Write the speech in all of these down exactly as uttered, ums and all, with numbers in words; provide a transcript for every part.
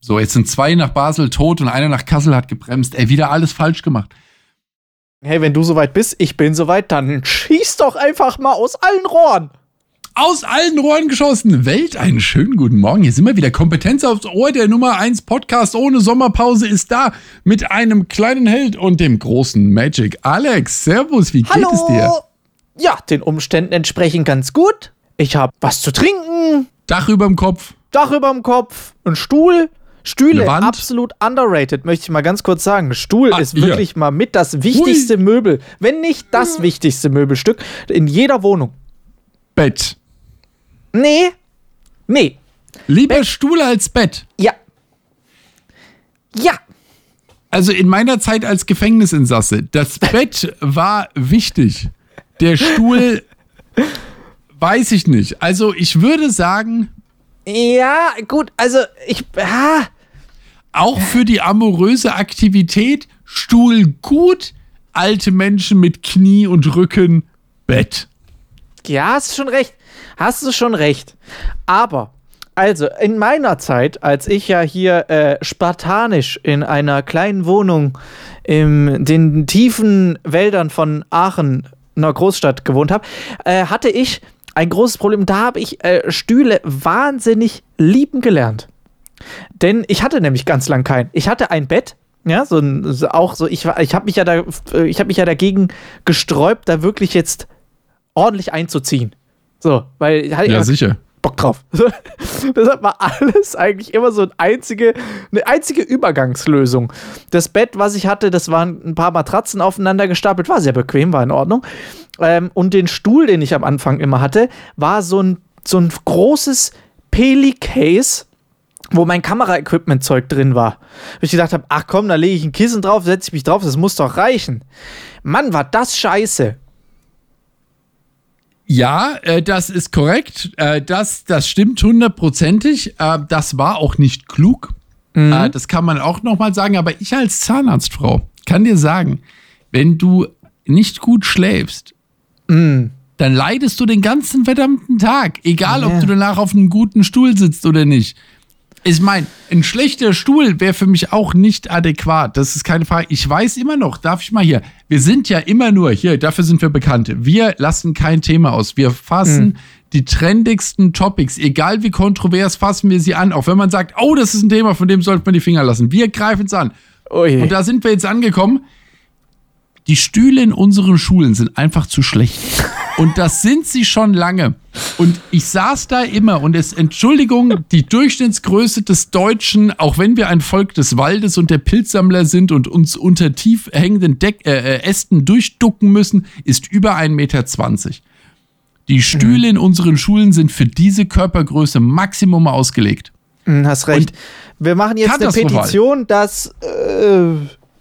So, jetzt sind zwei nach Basel tot und einer nach Kassel hat gebremst. Ey, wieder alles falsch gemacht. Hey, wenn du soweit bist, ich bin soweit, dann schieß doch einfach mal aus allen Rohren. Aus allen Rohren geschossen. Welt, einen schönen guten Morgen. Hier sind wir wieder. Kompetenz aufs Ohr. Der Nummer eins Podcast ohne Sommerpause ist da. Mit einem kleinen Held und dem großen Magic. Alex, servus, wie Hallo. geht es dir? Ja, den Umständen entsprechend ganz gut. Ich habe was zu trinken. Dach überm Kopf. Dach überm Kopf. Ein Stuhl. Stühle, Eine Wand. absolut underrated, möchte ich mal ganz kurz sagen. Ein Stuhl Ah, ist ja. wirklich mal mit das wichtigste Ui. Möbel, wenn nicht das wichtigste Möbelstück in jeder Wohnung. Bett. Nee, nee, Lieber Bett. Stuhl als Bett. ja, ja, Also in meiner Zeit als Gefängnisinsasse, das Bett war wichtig. Der Stuhl, weiß ich nicht. Also ich würde sagen, ja, gut, also ich, ah, auch für die amoröse Aktivität, Stuhl gut, alte Menschen mit Knie und Rücken, Bett. ja, hast du schon recht, hast du schon recht. Aber, also in meiner Zeit, als ich ja hier äh, spartanisch in einer kleinen Wohnung in den tiefen Wäldern von Aachen, einer Großstadt, gewohnt habe, äh, hatte ich ein großes Problem. Da habe ich äh, Stühle wahnsinnig lieben gelernt. Denn ich hatte nämlich ganz lang keinen. Ich hatte ein Bett, ja, so ein, so auch so, ich, ich habe mich ja da, ich habe mich ja dagegen gesträubt, da wirklich jetzt ordentlich einzuziehen. So, weil ich hatte Ja, ja sicher. Bock drauf. Deshalb war alles eigentlich immer so eine einzige, eine einzige Übergangslösung. Das Bett, was ich hatte, das waren ein paar Matratzen aufeinander gestapelt, war sehr bequem, war in Ordnung. Ähm, und den Stuhl, den ich am Anfang immer hatte, war so ein, so ein großes Peli-Case, wo mein Kamera-Equipment-Zeug drin war. Wo ich gedacht habe, ach komm, da lege ich ein Kissen drauf, setze ich mich drauf, das muss doch reichen. Mann, war das scheiße. Ja, äh, das ist korrekt. Äh, das, das stimmt hundertprozentig. Äh, das war auch nicht klug. Mhm. Äh, das kann man auch nochmal sagen. Aber ich als Zahnarztfrau kann dir sagen, wenn du nicht gut schläfst, Mhm. dann leidest du den ganzen verdammten Tag. Egal, Ja. ob du danach auf einem guten Stuhl sitzt oder nicht. Ich meine, ein schlechter Stuhl wäre für mich auch nicht adäquat. Das ist keine Frage. Ich weiß immer noch, darf ich mal hier, wir sind ja immer nur, hier, dafür sind wir bekannt. Wir lassen kein Thema aus. Wir fassen Mhm. die trendigsten Topics, egal wie kontrovers, fassen wir sie an. Auch wenn man sagt, oh, das ist ein Thema, von dem sollte man die Finger lassen. Wir greifen es an. Oh je. Und da sind wir jetzt angekommen. Die Stühle in unseren Schulen sind einfach zu schlecht. Und das sind sie schon lange. Und ich saß da immer und es, Entschuldigung, die Durchschnittsgröße des Deutschen, auch wenn wir ein Volk des Waldes und der Pilzsammler sind und uns unter tief hängenden Deck, äh, Ästen durchducken müssen, ist über ein Meter zwanzig. Die Stühle in unseren Schulen sind für diese Körpergröße Maximum ausgelegt. Mhm, hast recht. Und wir machen jetzt eine katastrophal. Petition, dass äh,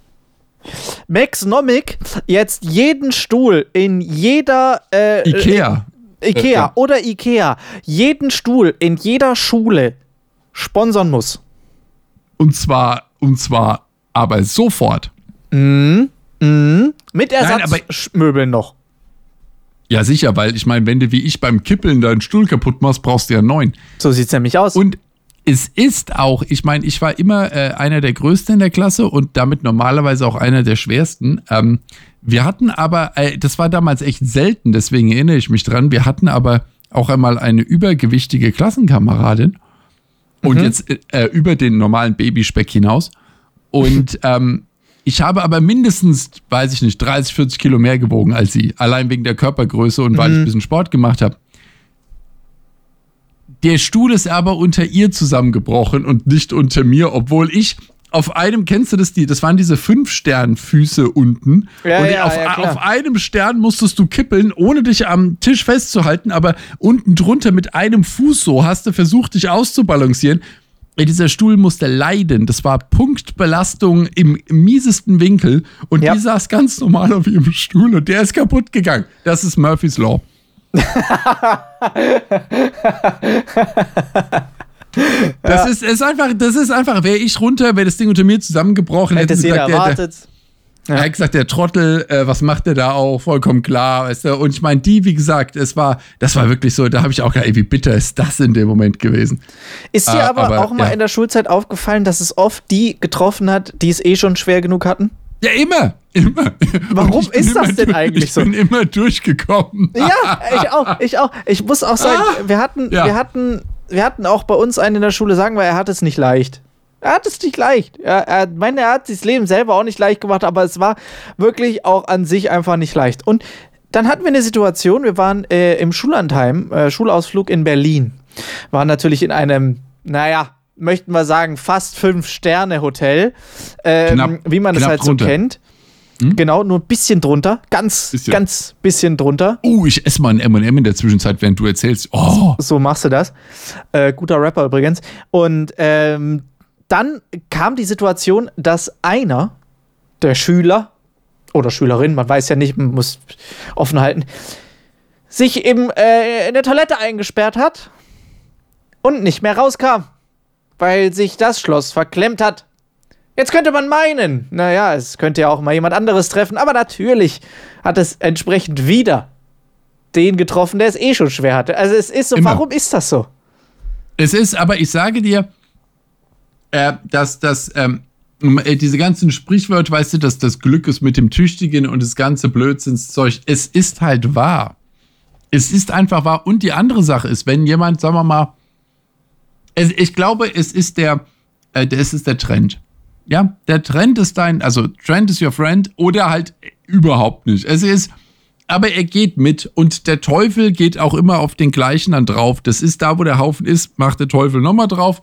Maxnomic jetzt jeden Stuhl in jeder äh, Ikea. äh, Ikea Äh, ja. oder Ikea, jeden Stuhl in jeder Schule sponsern muss. Und zwar, und zwar aber sofort. Mhm. Mhm. Mit Nein, aber- Ersatzmöbeln noch. Ja, sicher, weil ich meine, wenn du wie ich beim Kippeln deinen Stuhl kaputt machst, brauchst du ja einen neuen. So sieht's nämlich aus. Und es ist auch, ich meine, ich war immer äh, einer der Größten in der Klasse und damit normalerweise auch einer der Schwersten. Ähm, wir hatten aber, äh, das war damals echt selten, deswegen erinnere ich mich dran, wir hatten aber auch einmal eine übergewichtige Klassenkameradin und Mhm. jetzt äh, über den normalen Babyspeck hinaus. Und ähm, ich habe aber mindestens, weiß ich nicht, dreißig, vierzig Kilo mehr gewogen als sie, allein wegen der Körpergröße und weil Mhm. ich ein bisschen Sport gemacht habe. Der Stuhl ist aber unter ihr zusammengebrochen und nicht unter mir, obwohl ich auf einem, kennst du das, die, das waren diese Fünf-Stern-Füße unten. Ja, und ja, auf, ja, klar. auf einem Stern musstest du kippeln, ohne dich am Tisch festzuhalten, aber unten drunter mit einem Fuß so hast du versucht, dich auszubalancieren. Ey, dieser Stuhl musste leiden. Das war Punktbelastung im miesesten Winkel und Ja. die saß ganz normal auf ihrem Stuhl und der ist kaputt gegangen. Das ist Murphy's Law. Das ist, ist einfach, das ist einfach, wäre ich runter, wäre das Ding unter mir zusammengebrochen, Hätte es hätten sie jeder gesagt, der, der, erwartet. Ja. Er hat gesagt, der Trottel, äh, was macht der da auch? Vollkommen klar, weißt du? Und ich meine, die, wie gesagt, es war, das war wirklich so, da habe ich auch gedacht, ey, wie bitter ist das in dem Moment gewesen. Ist dir äh, aber, aber auch mal ja. in der Schulzeit aufgefallen, dass es oft die getroffen hat, die es eh schon schwer genug hatten? Ja, immer, immer. Warum ist das denn eigentlich so? Ich bin immer durchgekommen. Ja, ich auch, ich auch. Ich muss auch sagen, ah, wir hatten, ja. wir hatten, wir hatten auch bei uns einen in der Schule, sagen wir, er hat es nicht leicht. Er hat es nicht leicht. Er, er, meine, er hat sich das Leben selber auch nicht leicht gemacht, aber es war wirklich auch an sich einfach nicht leicht. Und dann hatten wir eine Situation, wir waren äh, im Schullandheim, äh, Schulausflug in Berlin. Waren natürlich in einem, naja, möchten wir sagen, fast Fünf-Sterne-Hotel, ähm, knapp, wie man es halt drunter. so kennt. Hm? Genau, nur ein bisschen drunter, ganz, bisschen. ganz bisschen drunter. Oh, ich esse mal ein M und M in der Zwischenzeit, während du erzählst. Oh. So machst du das. Äh, guter Rapper übrigens. Und ähm, dann kam die Situation, dass einer der Schüler oder Schülerin, man weiß ja nicht, man muss offen halten, sich eben äh, in der Toilette eingesperrt hat und nicht mehr rauskam, weil sich das Schloss verklemmt hat. Jetzt könnte man meinen, naja, es könnte ja auch mal jemand anderes treffen, aber natürlich hat es entsprechend wieder den getroffen, der es eh schon schwer hatte. Also es ist so, Immer. Warum ist das so? Es ist, aber ich sage dir, äh, dass das, ähm, diese ganzen Sprichwörter, weißt du, dass das Glück ist mit dem Tüchtigen und das ganze Blödsinnszeug, es ist halt wahr. Es ist einfach wahr. Und die andere Sache ist, wenn jemand, sagen wir mal, es, ich glaube, es ist der, äh, es ist der Trend. Ja, der Trend ist dein, also Trend is your friend oder halt überhaupt nicht. Es ist, aber er geht mit und der Teufel geht auch immer auf den gleichen dann drauf. Das ist da, wo der Haufen ist, macht der Teufel nochmal drauf.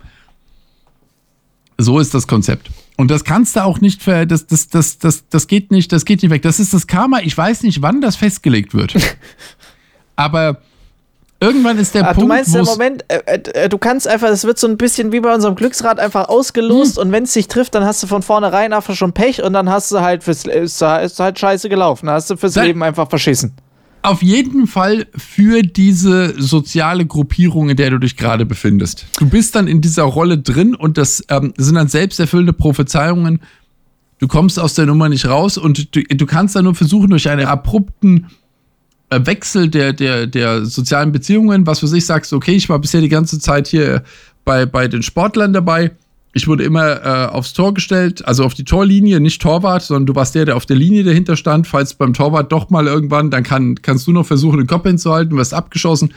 So ist das Konzept. Und das kannst du auch nicht, ver, das, das, das, das, das geht nicht, das geht nicht weg. Das ist das Karma. Ich weiß nicht, wann das festgelegt wird. Aber irgendwann ist der Ach, Punkt, du meinst im Moment, äh, äh, du kannst einfach, es wird so ein bisschen wie bei unserem Glücksrad einfach ausgelost hm. und wenn es dich trifft, dann hast du von vornherein einfach schon Pech und dann hast du halt fürs, ist, ist halt scheiße gelaufen. Dann hast du fürs dann Leben einfach verschissen. Auf jeden Fall für diese soziale Gruppierung, in der du dich gerade befindest. Du bist dann in dieser Rolle drin und das ähm, sind dann selbsterfüllende Prophezeiungen. Du kommst aus der Nummer nicht raus und du, du kannst dann nur versuchen, durch einen abrupten äh, Wechsel der, der, der sozialen Beziehungen, was für sich sagst, okay, ich war bisher die ganze Zeit hier bei, bei den Sportlern dabei. Ich wurde immer äh, aufs Tor gestellt, also auf die Torlinie, nicht Torwart, sondern du warst der, der auf der Linie dahinter stand. Falls beim Torwart doch mal irgendwann, dann kann, kannst du noch versuchen, den Kopf hinzuhalten, wirst abgeschossen.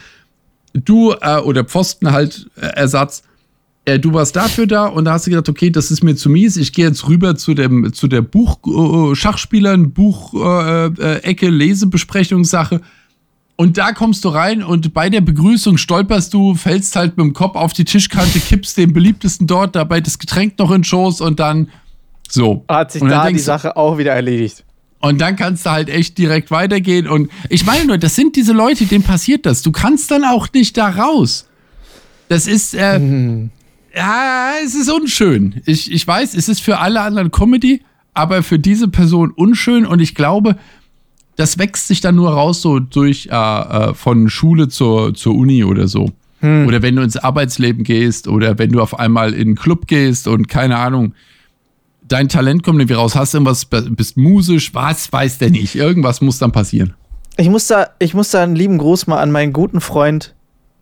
Du äh, oder Pfosten halt äh, Ersatz. Äh, du warst dafür da und da hast du gedacht, okay, das ist mir zu mies. Ich gehe jetzt rüber zu dem zu der Buch äh, Schachspielern, Buch-Ecke, äh, Lesebesprechungssache. Und da kommst du rein und bei der Begrüßung stolperst du, fällst halt mit dem Kopf auf die Tischkante, kippst den beliebtesten dort, dabei das Getränk noch in den Schoß und dann so. Hat sich da die Sache auch wieder erledigt. Und dann kannst du halt echt direkt weitergehen. Und ich meine nur, das sind diese Leute, denen passiert das. Du kannst dann auch nicht da raus. Das ist, äh, hm. ja, es ist unschön. Ich, ich weiß, es ist für alle anderen Comedy, aber für diese Person unschön und ich glaube, das wächst sich dann nur raus so durch äh, äh, von Schule zur, zur Uni oder so. Hm. Oder wenn du ins Arbeitsleben gehst oder wenn du auf einmal in einen Club gehst und keine Ahnung, dein Talent kommt irgendwie raus, hast irgendwas, bist musisch, was weiß der nicht. Irgendwas muss dann passieren. Ich muss da, ich muss da einen lieben Gruß mal an meinen guten Freund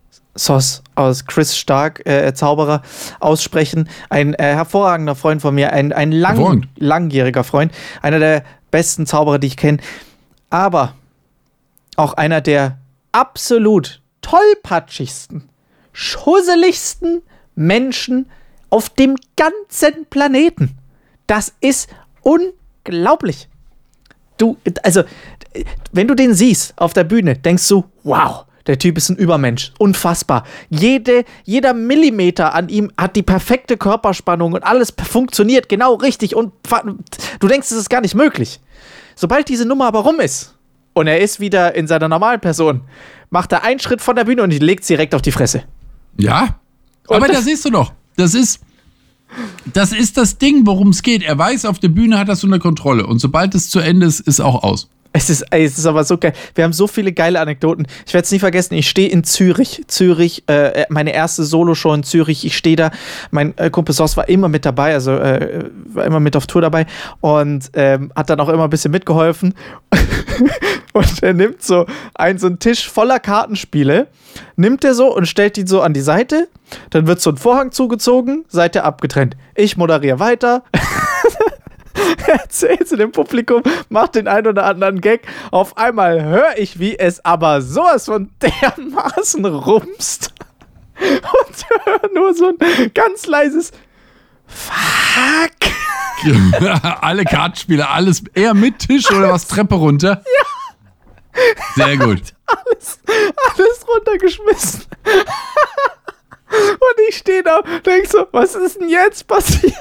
Sos aus Chris Stark, äh, Zauberer, aussprechen. Ein äh, hervorragender Freund von mir, ein, ein lang, langjähriger Freund, einer der besten Zauberer, die ich kenne. Aber auch einer der absolut tollpatschigsten, schusseligsten Menschen auf dem ganzen Planeten. Das ist unglaublich. Du, also, wenn du den siehst auf der Bühne, denkst du, wow, der Typ ist ein Übermensch. Unfassbar. Jede, jeder Millimeter an ihm hat die perfekte Körperspannung und alles funktioniert genau richtig und du denkst, es ist gar nicht möglich. Sobald diese Nummer aber rum ist und er ist wieder in seiner normalen Person, macht er einen Schritt von der Bühne und legt sie direkt auf die Fresse. Ja, und aber da siehst du doch, das ist, das ist das Ding, worum es geht. Er weiß, auf der Bühne hat er es unter Kontrolle und sobald es zu Ende ist, ist auch aus. Es ist, ey, es ist aber so geil. Wir haben so viele geile Anekdoten. Ich werde es nie vergessen, ich stehe in Zürich. Zürich, äh, meine erste Solo-Show in Zürich. Ich stehe da, mein äh, Kumpel Sos war immer mit dabei, also äh, war immer mit auf Tour dabei und ähm, hat dann auch immer ein bisschen mitgeholfen. Und er nimmt so einen, so einen Tisch voller Kartenspiele, nimmt er so und stellt die so an die Seite. Dann wird so ein Vorhang zugezogen, Seite abgetrennt. Ich moderiere weiter. Erzählt zu dem Publikum, macht den einen oder anderen Gag. Auf einmal höre ich, wie es aber sowas von dermaßen rumst. Und höre nur so ein ganz leises Fuck. Alle Kartenspiele, alles eher mit Tisch oder was, Treppe runter? Ja. Sehr gut. Alles, alles runtergeschmissen. Und ich stehe da und denke so, was ist denn jetzt passiert?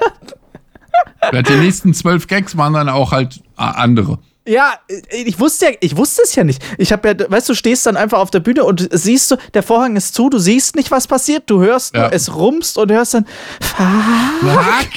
Die nächsten zwölf Gags waren dann auch halt andere. Ja, ich wusste ja, ich wusste es ja nicht. Ich habe ja, weißt du, stehst dann einfach auf der Bühne und siehst du, der Vorhang ist zu, du siehst nicht, was passiert, du hörst nur, ja. Es rumst und hörst dann Fuck.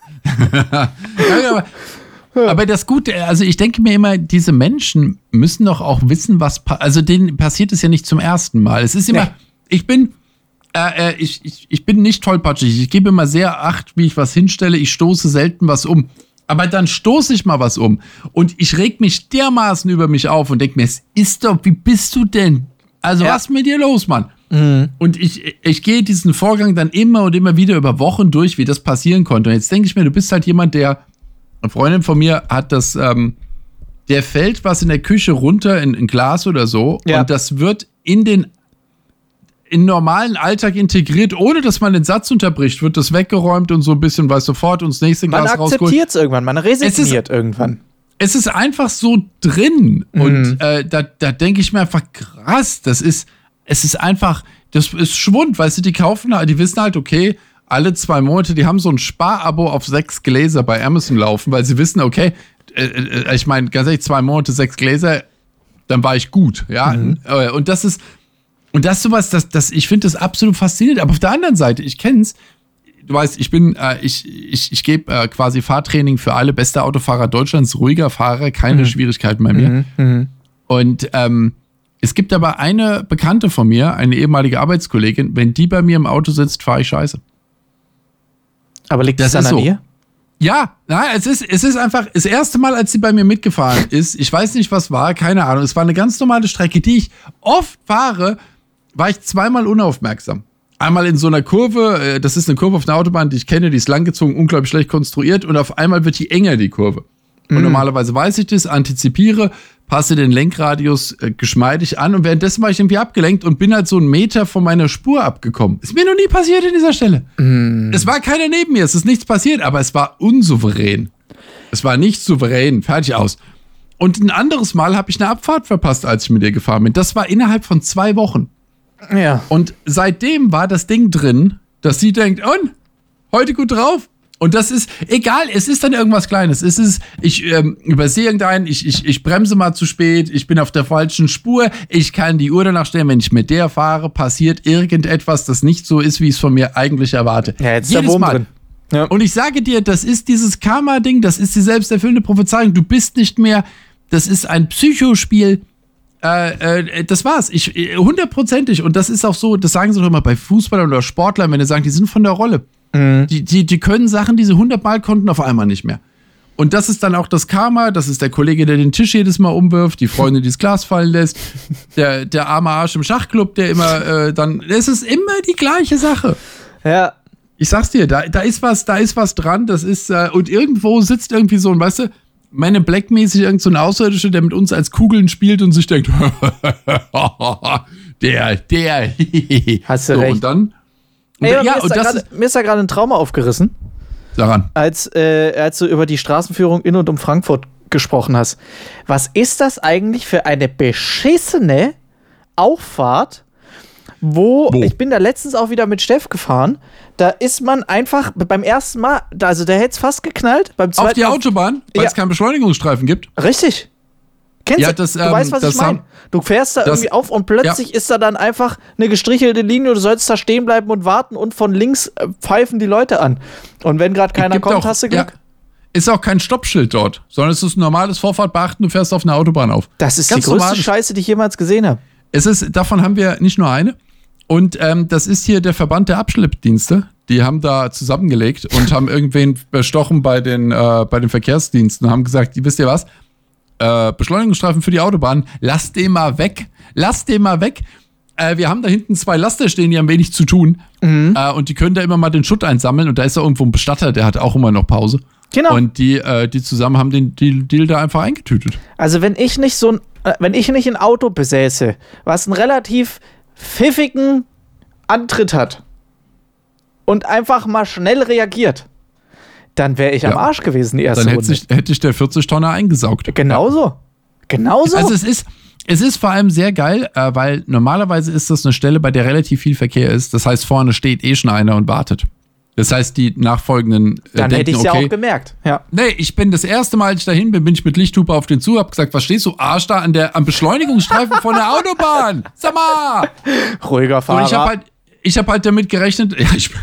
ja, aber, aber das Gute, also ich denke mir immer, diese Menschen müssen doch auch wissen, was passiert. Also denen passiert es ja nicht zum ersten Mal. Es ist immer, nee. ich bin Äh, äh, ich, ich, ich bin nicht tollpatschig. Ich gebe immer sehr Acht, wie ich was hinstelle. Ich stoße selten was um. Aber dann stoße ich mal was um. Und ich reg mich dermaßen über mich auf und denke mir, es ist doch, wie bist du denn? Also ja. Was ist mit dir los, Mann? Mhm. Und ich, ich gehe diesen Vorgang dann immer und immer wieder über Wochen durch, wie das passieren konnte. Und jetzt denke ich mir, du bist halt jemand, der, eine Freundin von mir hat das, ähm, der fällt was in der Küche runter in ein Glas oder so. Ja. Und das wird in den in normalen Alltag integriert, ohne dass man den Satz unterbricht, wird das weggeräumt und so ein bisschen, weiß sofort und das nächste Glas rausgeholt. Man akzeptiert es irgendwann, man resigniert es irgendwann. Es ist einfach so drin mhm. und äh, da, da denke ich mir einfach, krass, das ist, es ist einfach, das ist Schwund, weißt du, die kaufen, die wissen halt, okay, alle zwei Monate, die haben so ein Sparabo auf sechs Gläser bei Amazon laufen, weil sie wissen, okay, äh, äh, ich meine, ganz ehrlich, zwei Monate, sechs Gläser, dann war ich gut, ja, mhm. und das ist Und das ist sowas, das, das, ich finde das absolut faszinierend. Aber auf der anderen Seite, ich kenn's, du weißt, ich bin, äh, ich, ich, ich gebe äh, quasi Fahrtraining für alle beste Autofahrer Deutschlands, ruhiger Fahrer, keine mhm. Schwierigkeiten bei mir. Mhm. Und ähm, es gibt aber eine Bekannte von mir, eine ehemalige Arbeitskollegin, wenn die bei mir im Auto sitzt, fahre ich scheiße. Aber liegt das, das dann an so. ihr? Ja, na, es ist, es ist einfach das erste Mal, als sie bei mir mitgefahren ist, ich weiß nicht, was war, keine Ahnung, es war eine ganz normale Strecke, die ich oft fahre, war ich zweimal unaufmerksam. Einmal in so einer Kurve, das ist eine Kurve auf einer Autobahn, die ich kenne, die ist langgezogen, unglaublich schlecht konstruiert und auf einmal wird die enger, die Kurve. Und mm. normalerweise weiß ich das, antizipiere, passe den Lenkradius äh, geschmeidig an und währenddessen war ich irgendwie abgelenkt und bin halt so einen Meter von meiner Spur abgekommen. Ist mir noch nie passiert in dieser Stelle. Mm. Es war keiner neben mir, es ist nichts passiert, aber es war unsouverän. Es war nicht souverän, fertig aus. Und ein anderes Mal habe ich eine Abfahrt verpasst, als ich mit ihr gefahren bin. Das war innerhalb von zwei Wochen. Ja. Und seitdem war das Ding drin, dass sie denkt, und, heute gut drauf. Und das ist, egal, es ist dann irgendwas Kleines. Es ist, ich ähm, übersehe irgendeinen, ich, ich, ich bremse mal zu spät, ich bin auf der falschen Spur, ich kann die Uhr danach stellen, wenn ich mit der fahre, passiert irgendetwas, das nicht so ist, wie ich es von mir eigentlich erwarte. Ja, jetzt ist der Wurm drin. Ja. Und ich sage dir, das ist dieses Karma-Ding, das ist die selbsterfüllende Prophezeiung. Du bist nicht mehr, das ist ein Psychospiel. Äh, äh, das war's. Ich, hundertprozentig. Und das ist auch so, das sagen sie doch immer bei Fußballern oder Sportlern, wenn sie sagen, die sind von der Rolle. Mhm. Die, die, die können Sachen, die sie hundertmal konnten, auf einmal nicht mehr. Und das ist dann auch das Karma. Das ist der Kollege, der den Tisch jedes Mal umwirft, die Freundin, die das Glas fallen lässt, der, der arme Arsch im Schachclub, der immer äh, dann, es ist immer die gleiche Sache. Ja. Ich sag's dir, da, da ist was, da ist was dran. Das ist, äh, und irgendwo sitzt irgendwie so ein, weißt du, meine Black-mäßig irgend so ein Außerirdischer, der mit uns als Kugeln spielt und sich denkt, der, der, hast du so, recht. Und dann, und Ey, da, ja, mir, ist und da das grad, mir ist da gerade ein Trauma aufgerissen. Daran. Als, äh, als du über die Straßenführung in und um Frankfurt gesprochen hast. Was ist das eigentlich für eine beschissene Auffahrt, wo, wo? Ich bin da letztens auch wieder mit Steff gefahren, da ist man einfach beim ersten Mal, also der hätte es fast geknallt. Beim zweiten Auf die Autobahn, weil ja. es keinen Beschleunigungsstreifen gibt? Richtig. Kennst ja, du? Das, du ähm, weißt, was ich meine. Du fährst da das, irgendwie auf und plötzlich ja. ist da dann einfach eine gestrichelte Linie und du sollst da stehen bleiben und warten und von links äh, pfeifen die Leute an. Und wenn gerade keiner kommt, auch, hast du Glück. Ja. ist auch kein Stoppschild dort, sondern es ist ein normales Vorfahrtbeachten, du fährst auf einer Autobahn auf. Das ist Ganz die größte normal. Scheiße, die ich jemals gesehen habe. Es ist, davon haben wir nicht nur eine. Und ähm, das ist hier der Verband der Abschleppdienste. Die haben da zusammengelegt und haben irgendwen bestochen bei den, äh, bei den Verkehrsdiensten und haben gesagt, wisst ihr was? Äh, Beschleunigungsstreifen für die Autobahn, lasst den mal weg. Lasst den mal weg. Äh, wir haben da hinten zwei Laster stehen, die haben wenig zu tun. Mhm. Äh, und die können da immer mal den Schutt einsammeln. Und da ist da irgendwo ein Bestatter, der hat auch immer noch Pause. Genau. Und die, äh, die zusammen haben den Deal da einfach eingetütet. Also wenn ich nicht so ein, äh, wenn ich nicht ein Auto besäße, was einen relativ pfiffigen Antritt hat und einfach mal schnell reagiert, dann wäre ich ja. am Arsch gewesen, die erste Dann Runde. Dann hätte, hätte ich der vierzig Tonner eingesaugt. Genauso. Ja. Genauso. Also es ist, es ist vor allem sehr geil, äh, weil normalerweise ist das eine Stelle, bei der relativ viel Verkehr ist. Das heißt, vorne steht eh schon einer und wartet. Das heißt, die nachfolgenden äh, Dann denken, hätte ich es okay, ja auch gemerkt. Ja. Nee, ich bin das erste Mal, als ich dahin bin, bin ich mit Lichthupe auf den Zug, hab gesagt, was stehst du, Arsch, da an der, am Beschleunigungsstreifen von der Autobahn? Sag mal! Ruhiger Fahrer. Und ich hab halt, ich hab halt damit gerechnet, ja, ich,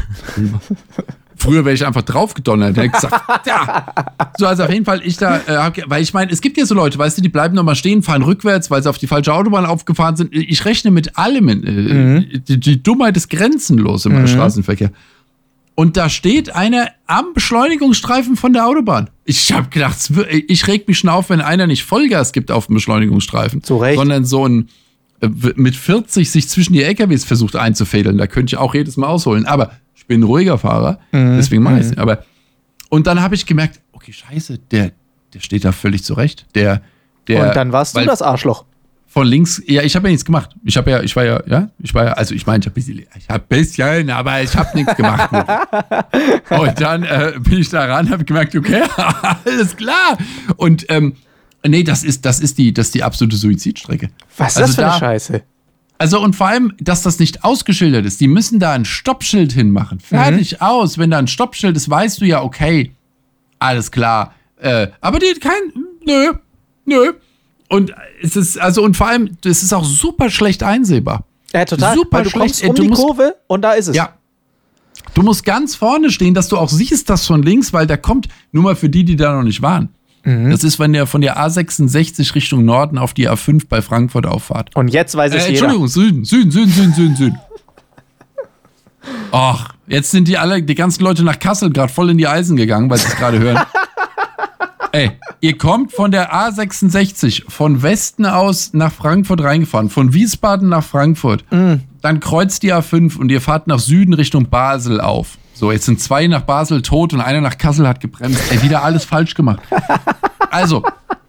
früher wäre ich einfach draufgedonnert. Hätte gesagt, ja. So, also auf jeden Fall, ich da, äh, hab, weil ich meine, es gibt ja so Leute, weißt du, die bleiben nochmal stehen, fahren rückwärts, weil sie auf die falsche Autobahn aufgefahren sind. Ich rechne mit allem. Äh, mhm. die, die Dummheit ist grenzenlos im mhm. Straßenverkehr. Und da steht einer am Beschleunigungsstreifen von der Autobahn. Ich habe gedacht, ich reg mich schon auf, wenn einer nicht Vollgas gibt auf dem Beschleunigungsstreifen. Zu Recht. Sondern so ein mit vierzig sich zwischen die L K Ws versucht einzufädeln. Da könnte ich auch jedes Mal ausholen. Aber ich bin ein ruhiger Fahrer, mhm. deswegen mache ich es. Aber und dann habe ich gemerkt, okay, scheiße, der, der steht da völlig zurecht. Der, der, und dann warst du das Arschloch. Von links, ja, ich habe ja nichts gemacht. Ich habe ja, ich war ja, ja, ich war ja, also ich meine, ich habe ein bisschen, ich habe ein bisschen, aber ich habe nichts gemacht. Und dann äh, bin ich da ran, habe gemerkt, okay, alles klar. Und ähm, nee, das ist, das ist die, das ist die absolute Suizidstrecke. Was ist also das für da, eine Scheiße? Also und vor allem, dass das nicht ausgeschildert ist. Die müssen da ein Stoppschild hinmachen. Fertig, mhm. aus. Wenn da ein Stoppschild ist, weißt du ja, okay, alles klar. Äh, aber die hat kein, nö, nö. Und es ist, also, und vor allem, es ist auch super schlecht einsehbar. Ja, total. Super Weil du schlecht. kommst um du die musst, Kurve und da ist es. Ja. Du musst ganz vorne stehen, dass du auch siehst, dass von links, weil da kommt, nur mal für die, die da noch nicht waren. Mhm. Das ist, wenn ihr von der A sechsundsechzig Richtung Norden auf die A fünf bei Frankfurt auffahrt. Und jetzt weiß es äh, jeder. Entschuldigung, Süden, Süden, Süden, Süden, Süden, Süden. Ach, jetzt sind die alle, die ganzen Leute nach Kassel gerade voll in die Eisen gegangen, weil sie es gerade hören. Ey, ihr kommt von der A sechsundsechzig von Westen aus nach Frankfurt reingefahren, von Wiesbaden nach Frankfurt. Mm. Dann kreuzt die A fünf und ihr fahrt nach Süden Richtung Basel auf. So, jetzt sind zwei nach Basel tot und einer nach Kassel hat gebremst. Ey, wieder alles falsch gemacht. Also,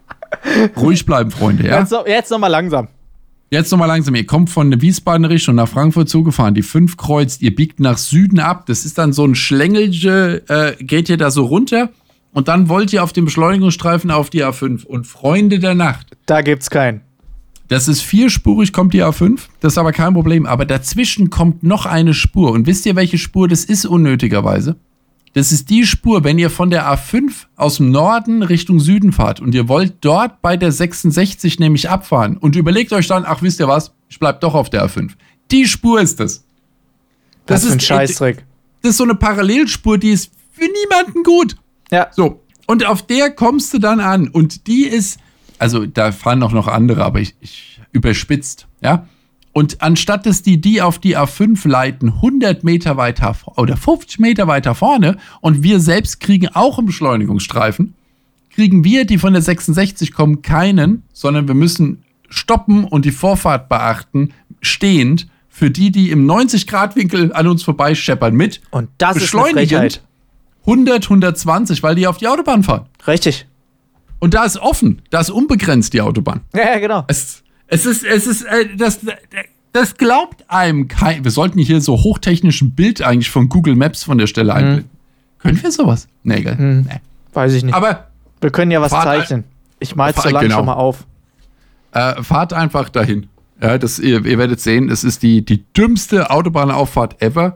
ruhig bleiben, Freunde, ja? Jetzt, jetzt nochmal langsam. Jetzt nochmal langsam. Ihr kommt von der Wiesbaden Richtung nach Frankfurt zugefahren. Die fünf kreuzt, ihr biegt nach Süden ab. Das ist dann so ein Schlängelche, äh, geht ihr da so runter. Und dann wollt ihr auf dem Beschleunigungsstreifen auf die A fünf. Und Freunde der Nacht. Da gibt's keinen. Das ist vierspurig, kommt die A fünf. Das ist aber kein Problem. Aber dazwischen kommt noch eine Spur. Und wisst ihr, welche Spur das ist unnötigerweise? Das ist die Spur, wenn ihr von der A fünf aus dem Norden Richtung Süden fahrt. Und ihr wollt dort bei der sechsundsechzig nämlich abfahren. Und überlegt euch dann, ach, wisst ihr was? Ich bleib doch auf der A fünf. Die Spur ist das. Das, das ist ein Scheißdreck. Das ist so eine Parallelspur, die ist für niemanden gut. Ja. So, und auf der kommst du dann an. Und die ist, also da fahren auch noch andere, aber ich, ich überspitzt, ja. Und anstatt dass die die auf die A fünf leiten, hundert Meter weiter oder fünfzig Meter weiter vorne und wir selbst kriegen auch einen Beschleunigungsstreifen, kriegen wir, die von der sechsundsechzig kommen, keinen, sondern wir müssen stoppen und die Vorfahrt beachten, stehend, für die, die im neunzig Grad Winkel an uns vorbeischeppern mit. Und das ist eine Frechheit. hundert, hundertzwanzig, weil die auf die Autobahn fahren. Richtig. Und da ist offen, da ist unbegrenzt die Autobahn. Ja, genau. Es, es ist, es ist, äh, das, das glaubt einem kein. Wir sollten hier so hochtechnischen Bild eigentlich von Google Maps von der Stelle einblenden. Hm. Können wir sowas? Nee, egal. Hm. Nee. Weiß ich nicht. Aber wir können ja was fahrt, zeichnen. Ich mal's so lange genau. schon mal auf. Äh, fahrt einfach dahin. Ja, das, ihr, ihr werdet sehen, es ist die, die dümmste Autobahnauffahrt ever.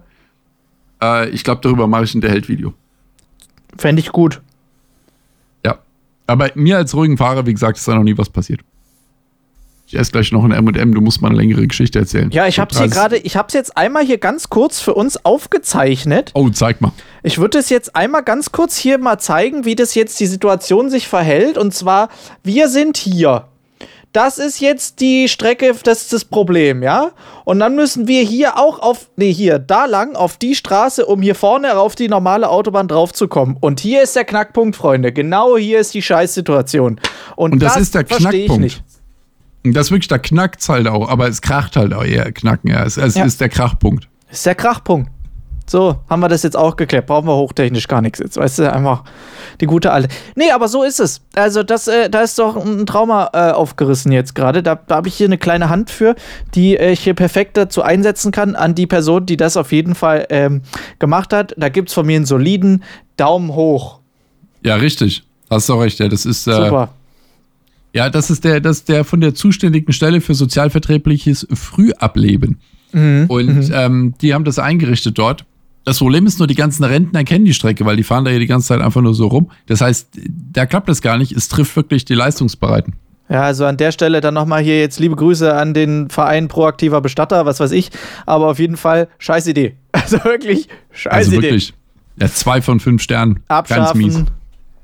Äh, ich glaube, darüber mache ich ein Der Held-Video. Fände ich gut. Ja. Aber mir als ruhigen Fahrer, wie gesagt, ist da noch nie was passiert. Ich esse gleich noch ein M und M, du musst mal eine längere Geschichte erzählen. Ja, ich hab's hier gerade, ich hab's jetzt einmal hier ganz kurz für uns aufgezeichnet. Oh, zeig mal. Ich würde es jetzt einmal ganz kurz hier mal zeigen, wie das jetzt die Situation sich verhält. Und zwar, wir sind hier. Das ist jetzt die Strecke, das ist das Problem, ja? Und dann müssen wir hier auch auf, nee, hier, da lang, auf die Straße, um hier vorne auf die normale Autobahn draufzukommen. Und hier ist der Knackpunkt, Freunde. Genau hier ist die Scheißsituation. Und, Und das, das ist der verstehe ich Knackpunkt. nicht. Das ist wirklich, da knackt's halt auch, aber es kracht halt auch eher knacken, ja. Es, es Ja. ist der Krachpunkt. Das ist der Krachpunkt. So, haben wir das jetzt auch geklärt. Brauchen wir hochtechnisch gar nichts jetzt. Weißt du, einfach die gute alte. Nee, aber so ist es. Also, das, äh, da ist doch ein Trauma äh, aufgerissen jetzt gerade. Da, da habe ich hier eine kleine Hand für, die äh, ich hier perfekt dazu einsetzen kann, an die Person, die das auf jeden Fall ähm, gemacht hat. Da gibt es von mir einen soliden Daumen hoch. Ja, richtig. Hast du auch recht, ja. Das ist. Äh, Super. Ja, das ist der, das ist der von der zuständigen Stelle für sozialverträgliches Frühableben. Mhm. Und mhm. ähm, die haben das eingerichtet dort. Das Problem ist nur, die ganzen Rentner kennen die Strecke, weil die fahren da ja die ganze Zeit einfach nur so rum. Das heißt, da klappt das gar nicht. Es trifft wirklich die Leistungsbereiten. Ja, also an der Stelle dann nochmal hier jetzt liebe Grüße an den Verein Proaktiver Bestatter, was weiß ich. Aber auf jeden Fall, scheiß Idee. Also wirklich, scheiß Also Idee. wirklich, ja, zwei von fünf Sternen. Ganz mies. Abschaffen.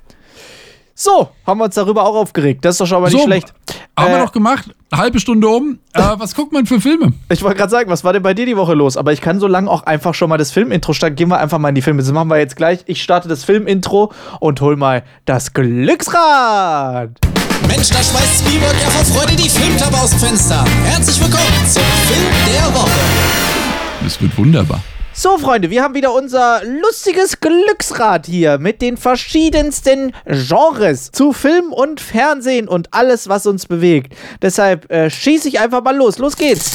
So, haben wir uns darüber auch aufgeregt. Das ist doch schon mal nicht So, schlecht. Haben Äh, wir noch gemacht. Halbe Stunde um. Äh, was guckt man für Filme? Ich wollte gerade sagen, was war denn bei dir die Woche los? Aber ich kann so lange auch einfach schon mal das Filmintro starten. Gehen wir einfach mal in die Filme. Das machen wir jetzt gleich. Ich starte das Filmintro und hol mal das Glücksrad. Mensch, da schmeißt Spielberg ja vor Freude die Filmklappe aus dem Fenster. Herzlich willkommen zum Film der Woche. Das wird wunderbar. So, Freunde, wir haben wieder unser lustiges Glücksrad hier mit den verschiedensten Genres zu Film und Fernsehen und alles, was uns bewegt. Deshalb äh, schieße ich einfach mal los. Los geht's.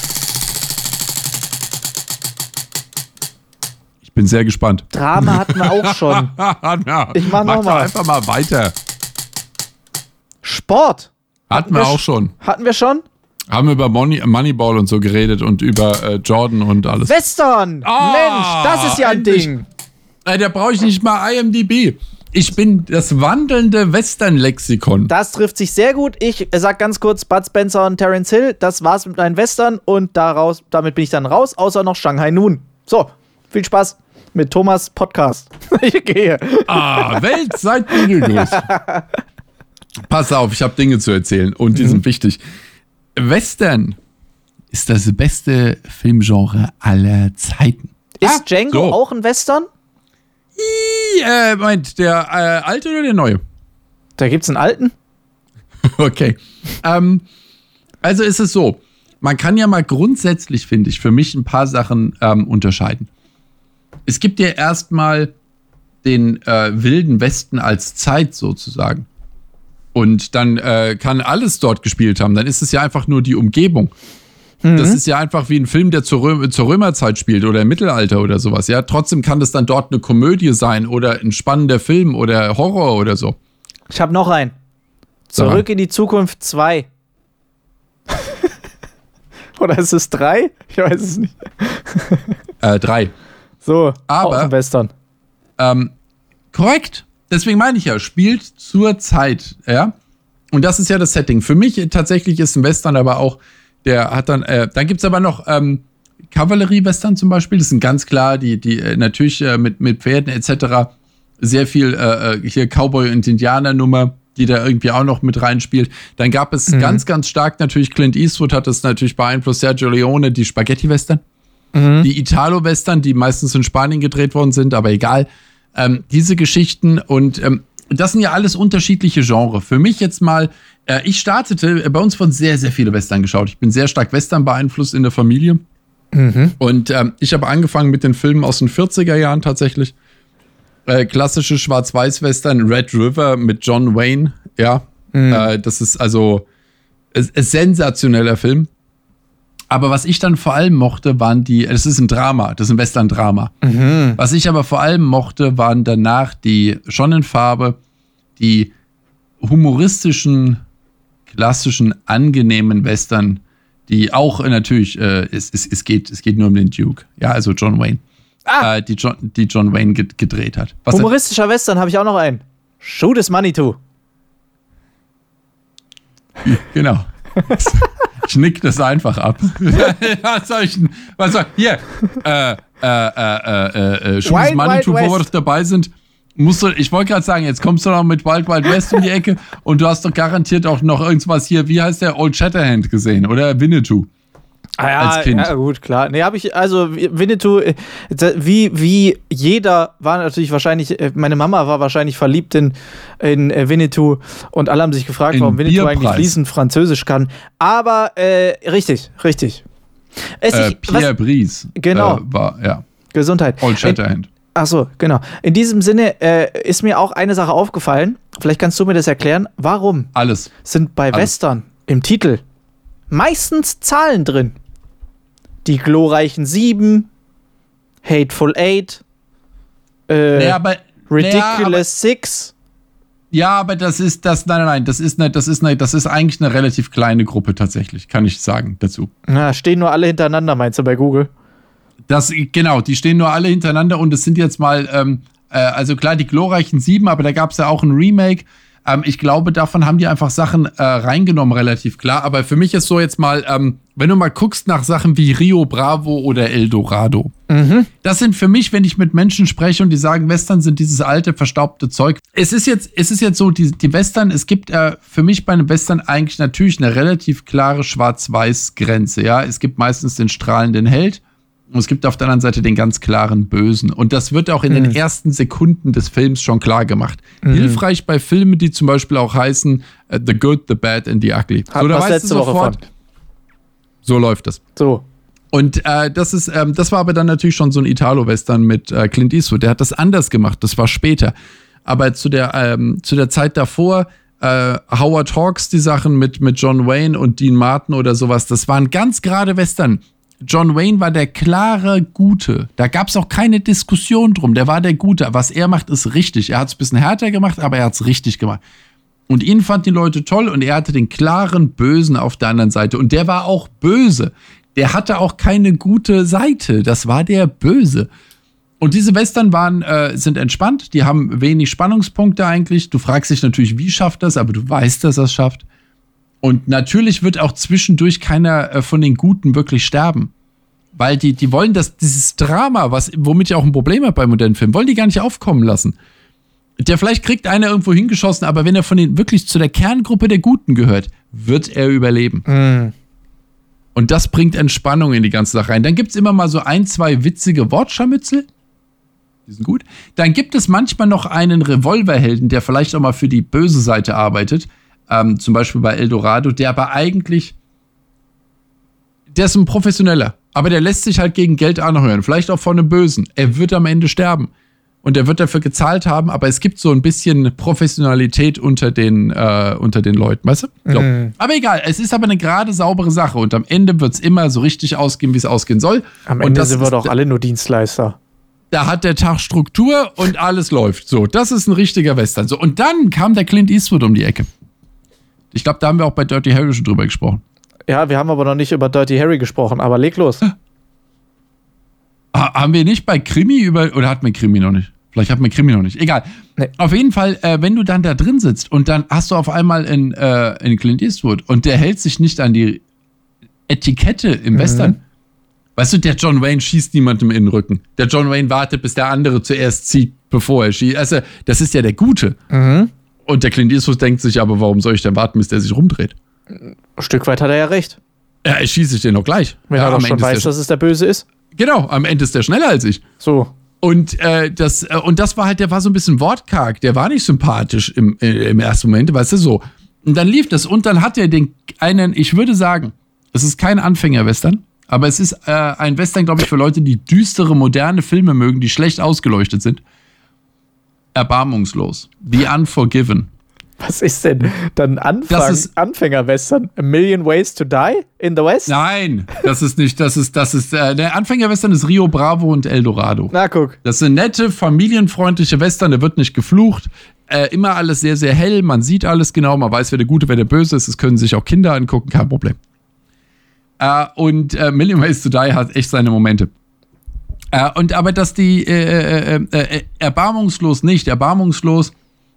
Ich bin sehr gespannt. Drama hatten wir auch schon. ja, Ich mach noch doch mal. einfach mal weiter. Sport. Hatten wir wir auch sch- schon. Hatten wir schon? Haben wir über Money, Moneyball und so geredet und über äh, Jordan und alles. Western. Ah, Mensch, das ist ja ein endlich. Ding. Äh, da brauche ich nicht mal I M D B. Ich bin das wandelnde Western-Lexikon. Das trifft sich sehr gut. Ich äh, sag ganz kurz Bud Spencer und Terence Hill. Das war's mit meinen Western und daraus, damit bin ich dann raus, außer noch Shanghai Noon. So, viel Spaß mit Thomas Podcast. Ich gehe. Ah, Welt, seid mir gegrüßt. Pass auf, ich habe Dinge zu erzählen und die Mhm. sind wichtig. Western ist das beste Filmgenre aller Zeiten. Ist Ah, Django so. auch ein Western? I, äh, meint der äh, alte oder der neue? Da gibt's einen alten. Okay. ähm, also ist es so, man kann ja mal grundsätzlich, finde ich, für mich ein paar Sachen ähm, unterscheiden. Es gibt ja erstmal den äh, wilden Westen als Zeit sozusagen. Und dann äh, kann alles dort gespielt haben. Dann ist es ja einfach nur die Umgebung. Mhm. Das ist ja einfach wie ein Film, der zur, Rö- zur Römerzeit spielt oder im Mittelalter oder sowas. Ja, trotzdem kann das dann dort eine Komödie sein oder ein spannender Film oder Horror oder so. Ich habe noch einen. Zurück in die Zukunft zwei. Oder ist es drei? Ich weiß es nicht. Äh, drei. So, Aber- aus dem Western. Ähm, korrekt. Deswegen meine ich ja, spielt zur Zeit, ja. Und das ist ja das Setting. Für mich tatsächlich ist ein Western aber auch, der hat dann, äh, dann gibt es aber noch ähm, Kavallerie-Western zum Beispiel. Das sind ganz klar, die, die äh, natürlich äh, mit, mit Pferden et cetera sehr viel äh, hier Cowboy- und Indianer-Nummer, die da irgendwie auch noch mit reinspielt. Dann gab es Mhm. ganz, ganz stark natürlich Clint Eastwood hat das natürlich beeinflusst, Sergio Leone, die Spaghetti-Western. Mhm. Die Italo-Western, die meistens in Spanien gedreht worden sind, aber egal. Ähm, diese Geschichten und ähm, das sind ja alles unterschiedliche Genres. Für mich jetzt mal, äh, ich startete, äh, bei uns wurden sehr, sehr viele Western geschaut. Ich bin sehr stark Western beeinflusst in der Familie. Mhm. Und ähm, ich habe angefangen mit den Filmen aus den vierziger Jahren tatsächlich. Äh, klassische Schwarz-Weiß-Western, Red River mit John Wayne. Ja, Mhm. äh, das ist also ein sensationeller Film. Aber was ich dann vor allem mochte, waren die, das ist ein Drama, das ist ein Western-Drama. Mhm. Was ich aber vor allem mochte, waren danach die, schon in Farbe, die humoristischen, klassischen, angenehmen Western, die auch äh, natürlich, äh, es, es, es, geht, es geht nur um den Duke, ja, also John Wayne, Ah. äh, die, John, die John Wayne ge- gedreht hat. Was Humoristischer Western habe ich auch noch einen. Shoot is Money to. Genau. Ich nick das einfach ab. Was soll ich denn? Was soll hier? Äh, äh, äh, äh, äh, Schulz Manitou, wo wir doch dabei sind. Musst du, ich wollte gerade sagen, jetzt kommst du noch mit Wild Wild West um die Ecke und du hast doch garantiert auch noch irgendwas hier, wie heißt der, Old Shatterhand gesehen oder Winnetou? Ah ja, als Kind. Ja, gut, klar. Nee, habe ich, also Winnetou, wie, wie jeder war natürlich wahrscheinlich, meine Mama war wahrscheinlich verliebt in, in Winnetou und alle haben sich gefragt, in warum Winnetou Bierpreis. eigentlich fließend Französisch kann. Aber, äh, richtig, richtig. Es Äh, ich, Pierre was, Brice genau. äh, war, ja. Gesundheit. Old Shatterhand. Ach so, genau. In diesem Sinne äh, ist mir auch eine Sache aufgefallen. Vielleicht kannst du mir das erklären. Warum Alles. sind bei Alles. Western im Titel meistens Zahlen drin? Die glorreichen Sieben, Hateful Eight, äh, Naja, aber, Ridiculous naja, aber, Six. ja, aber das ist, das, nein, nein, nein, das ist, eine, das, ist eine, das ist eigentlich eine relativ kleine Gruppe tatsächlich, kann ich sagen dazu. Na, stehen nur alle hintereinander, meinst du, bei Google? Das, genau, die stehen nur alle hintereinander und es sind jetzt mal, ähm, äh, also klar, die glorreichen Sieben, aber da gab es ja auch ein Remake. Ähm, ich glaube, davon haben die einfach Sachen äh, reingenommen, relativ klar. Aber für mich ist so jetzt mal, ähm, wenn du mal guckst nach Sachen wie Rio Bravo oder El Dorado. Mhm. Das sind für mich, wenn ich mit Menschen spreche und die sagen, Western sind dieses alte, verstaubte Zeug. Es ist jetzt, es ist jetzt so, die, die Western, es gibt äh, für mich bei einem Western eigentlich natürlich eine relativ klare Schwarz-Weiß-Grenze. Ja, es gibt meistens den strahlenden Held. Und es gibt auf der anderen Seite den ganz klaren Bösen. Und das wird auch in mhm. den ersten Sekunden des Films schon klar gemacht. Mhm. Hilfreich bei Filmen, die zum Beispiel auch heißen uh, The Good, The Bad and The Ugly. Hat so, da was weißt letzte du sofort, Woche von. So läuft das. So. Und äh, das ist, ähm, das war aber dann natürlich schon so ein Italo-Western mit äh, Clint Eastwood. Der hat das anders gemacht. Das war später. Aber zu der, ähm, zu der Zeit davor, äh, Howard Hawks, die Sachen mit, mit John Wayne und Dean Martin oder sowas, das waren ganz gerade Western. John Wayne war der klare Gute. Da gab es auch keine Diskussion drum. Der war der Gute. Was er macht, ist richtig. Er hat es ein bisschen härter gemacht, aber er hat es richtig gemacht. Und ihn fanden die Leute toll und er hatte den klaren Bösen auf der anderen Seite. Und der war auch böse. Der hatte auch keine gute Seite. Das war der Böse. Und diese Western waren, äh, sind entspannt. Die haben wenig Spannungspunkte eigentlich. Du fragst dich natürlich, wie schafft das, aber du weißt, dass er es schafft. Und natürlich wird auch zwischendurch keiner äh, von den Guten wirklich sterben. Weil die, die wollen das, dieses Drama, was, womit ich auch ein Problem habe bei modernen Filmen, wollen die gar nicht aufkommen lassen. Der vielleicht kriegt einer irgendwo hingeschossen, aber wenn er von den wirklich zu der Kerngruppe der Guten gehört, wird er überleben. Mhm. Und das bringt Entspannung in die ganze Sache rein. Dann gibt es immer mal so ein, zwei witzige Wortscharmützel. Die sind gut. Dann gibt es manchmal noch einen Revolverhelden, der vielleicht auch mal für die böse Seite arbeitet. Ähm, zum Beispiel bei El Dorado, der aber eigentlich, der ist ein Professioneller, aber der lässt sich halt gegen Geld anheuern, vielleicht auch von einem Bösen. Er wird am Ende sterben und er wird dafür gezahlt haben, aber es gibt so ein bisschen Professionalität unter den, äh, unter den Leuten, weißt du? So. Mhm. Aber egal, es ist aber eine gerade saubere Sache und am Ende wird es immer so richtig ausgehen, wie es ausgehen soll. Am Ende und das sind wir ist, doch alle nur Dienstleister. Da hat der Tag Struktur und alles läuft. So, das ist ein richtiger Western. So, und dann kam der Clint Eastwood um die Ecke. Ich glaube, da haben wir auch bei Dirty Harry schon drüber gesprochen. Ja, wir haben aber noch nicht über Dirty Harry gesprochen, aber leg los. Ha, haben wir nicht bei Krimi über, oder hatten wir Krimi noch nicht? Vielleicht hatten wir Krimi noch nicht. Egal. Nee. Auf jeden Fall, äh, wenn du dann da drin sitzt und dann hast du auf einmal in, äh, in Clint Eastwood und der hält sich nicht an die Etikette im mhm. Western. Weißt du, der John Wayne schießt niemandem in den Rücken. Der John Wayne wartet, bis der andere zuerst zieht, bevor er schießt. Also, das ist ja der Gute. Mhm. Und der Clint Eastwood denkt sich, aber warum soll ich denn warten, bis der sich rumdreht? Ein Stück weit hat er ja recht. Ja, ich schieße ich den noch gleich. Wenn ja, er doch schon weiß, dass es der Böse ist. Genau, am Ende ist der schneller als ich. So. Und, äh, das, äh, und das war halt, der war so ein bisschen wortkarg. Der war nicht sympathisch im, äh, im ersten Moment, weißt du, so. Und dann lief das. Und dann hat er den einen, ich würde sagen, es ist kein Anfänger-Western, aber es ist äh, ein Western, glaube ich, für Leute, die düstere, moderne Filme mögen, die schlecht ausgeleuchtet sind. Erbarmungslos. The Unforgiven. Was ist denn dann Anfang, ist, Anfänger-Western? A Million Ways to Die in the West? Nein, das ist nicht, das ist, das ist, äh, der Anfänger-Western ist Rio Bravo und El Dorado. Na, guck. Das sind nette, familienfreundliche Western, da wird nicht geflucht. Äh, immer alles sehr, sehr hell, man sieht alles genau, man weiß, wer der Gute, wer der Böse ist, das können sich auch Kinder angucken, kein Problem. Äh, und äh, Million Ways to Die hat echt seine Momente. Äh, und aber dass die äh, äh, äh, erbarmungslos nicht, erbarmungslos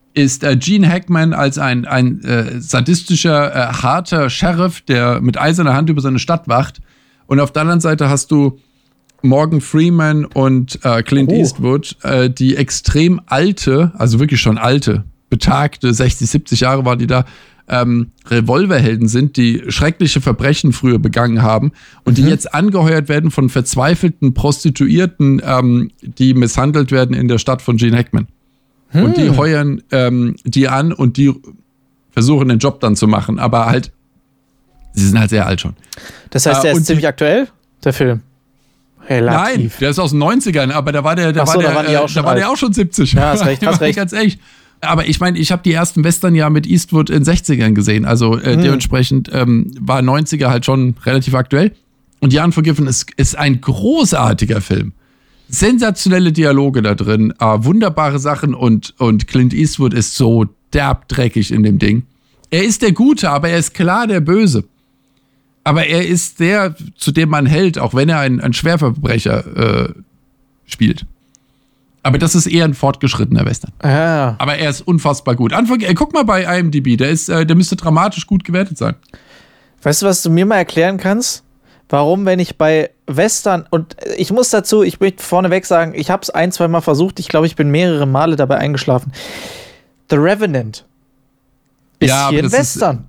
ist äh, Gene Hackman als ein, ein äh, sadistischer, äh, harter Sheriff, der mit eiserner Hand über seine Stadt wacht. Und auf der anderen Seite hast du Morgan Freeman und äh, Clint Oh. Eastwood, äh, die extrem alte, also wirklich schon alte, betagte, sechzig, siebzig Jahre waren die da, ähm, Revolverhelden sind, die schreckliche Verbrechen früher begangen haben und die jetzt angeheuert werden von verzweifelten Prostituierten, ähm, die misshandelt werden in der Stadt von Gene Hackman. Hm. Und die heuern ähm, die an und die versuchen den Job dann zu machen, aber halt, sie sind halt sehr alt schon. Das heißt, Äh, der und ist ziemlich aktuell, der Film. Nein, Relativ. der ist aus den neunzigern, aber da war der, da Ach so, war der, da waren die auch äh, schon da war der alt. auch schon siebzig. Ja, hast recht, hast recht. Ganz ehrlich. Aber ich meine, ich habe die ersten Western ja mit Eastwood in sechzigern gesehen, also äh, Hm. dementsprechend ähm, war neunziger halt schon relativ aktuell. Und The Unforgiven ist, ist ein großartiger Film. Sensationelle Dialoge da drin, äh, wunderbare Sachen und, und Clint Eastwood ist so derb dreckig in dem Ding. Er ist der Gute, aber er ist klar der Böse. Aber er ist der, zu dem man hält, auch wenn er ein, ein Schwerverbrecher äh, spielt. Aber das ist eher ein fortgeschrittener Western. Ja. Aber er ist unfassbar gut. Anfang, äh, guck mal bei I M D B, der, ist, äh, der müsste dramatisch gut gewertet sein. Weißt du, was du mir mal erklären kannst? Warum, wenn ich bei Western, und ich muss dazu, ich möchte vorneweg sagen, ich habe es ein, zwei Mal versucht, ich glaube, ich bin mehrere Male dabei eingeschlafen. The Revenant ist Ja, aber hier ein das ist- Western.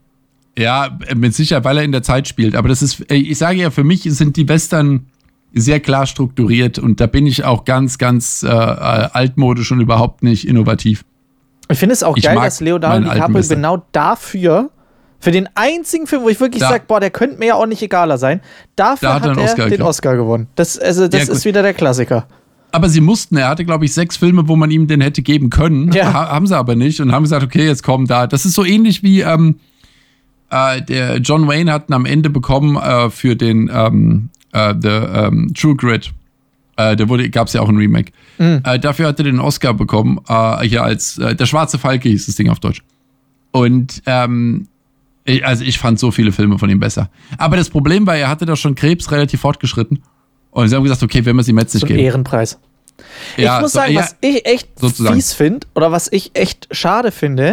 Ja, mit Sicherheit, weil er in der Zeit spielt. Aber das ist, äh, ich sage ja, für mich sind die Western sehr klar strukturiert und da bin ich auch ganz, ganz äh, altmodisch und überhaupt nicht innovativ. Ich finde es auch Ich geil, mag dass Leonardo meinen alten DiCaprio Western. genau dafür, für den einzigen Film, wo ich wirklich Ja. sage, boah, der könnte mir ja auch nicht egaler sein, dafür Da hat hat er er, einen Oscar den gekriegt. Oscar gewonnen. Das, also, das Ja, gut. ist wieder der Klassiker. Aber sie mussten, er hatte, glaube ich, sechs Filme, wo man ihm den hätte geben können. Ja. Ha haben sie aber nicht und haben gesagt, okay, jetzt kommen da. Das ist so ähnlich wie ähm, äh, der John Wayne hat ihn am Ende bekommen äh, für den ähm, äh, the, ähm, True Grit. Äh, da gab es ja auch ein Remake. Mhm. Äh, dafür hat er den Oscar bekommen, äh, hier als äh, der schwarze Falke hieß das Ding auf Deutsch. Und ähm, ich, also ich fand so viele Filme von ihm besser. Aber das Problem war, er hatte da schon Krebs relativ fortgeschritten. Und sie haben gesagt, okay, wenn wir es ihm jetzt nicht So ein geben. Ehrenpreis. Ja, ich muss so- sagen, ja, was ich echt sozusagen. fies finde oder was ich echt schade finde,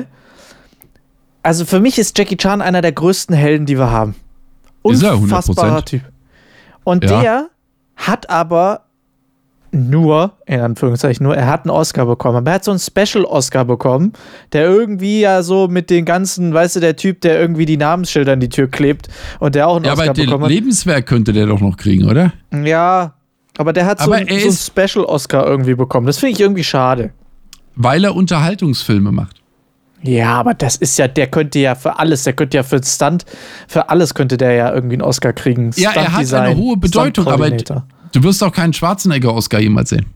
also für mich ist Jackie Chan einer der größten Helden, die wir haben. Ist er, hundert Unfassbarer Prozent. Typ. Und Ja. der hat aber nur, in Anführungszeichen nur, er hat einen Oscar bekommen. Aber er hat so einen Special-Oscar bekommen, der irgendwie ja so mit den ganzen, weißt du, der Typ, der irgendwie die Namensschilder an die Tür klebt und der auch einen Ja, Oscar aber den bekommen hat. Lebenswerk könnte der doch noch kriegen, oder? Ja, aber der hat so, Aber einen- er so einen ist- Special-Oscar irgendwie bekommen. Das finde ich irgendwie schade. Weil er Unterhaltungsfilme macht. Ja, aber das ist ja, der könnte ja für alles, der könnte ja für Stunt, für alles könnte der ja irgendwie einen Oscar kriegen. Ja, er hat Stuntdesign, eine hohe Bedeutung, aber Stunt-Koordinator. du wirst auch keinen Schwarzenegger-Oscar jemals sehen.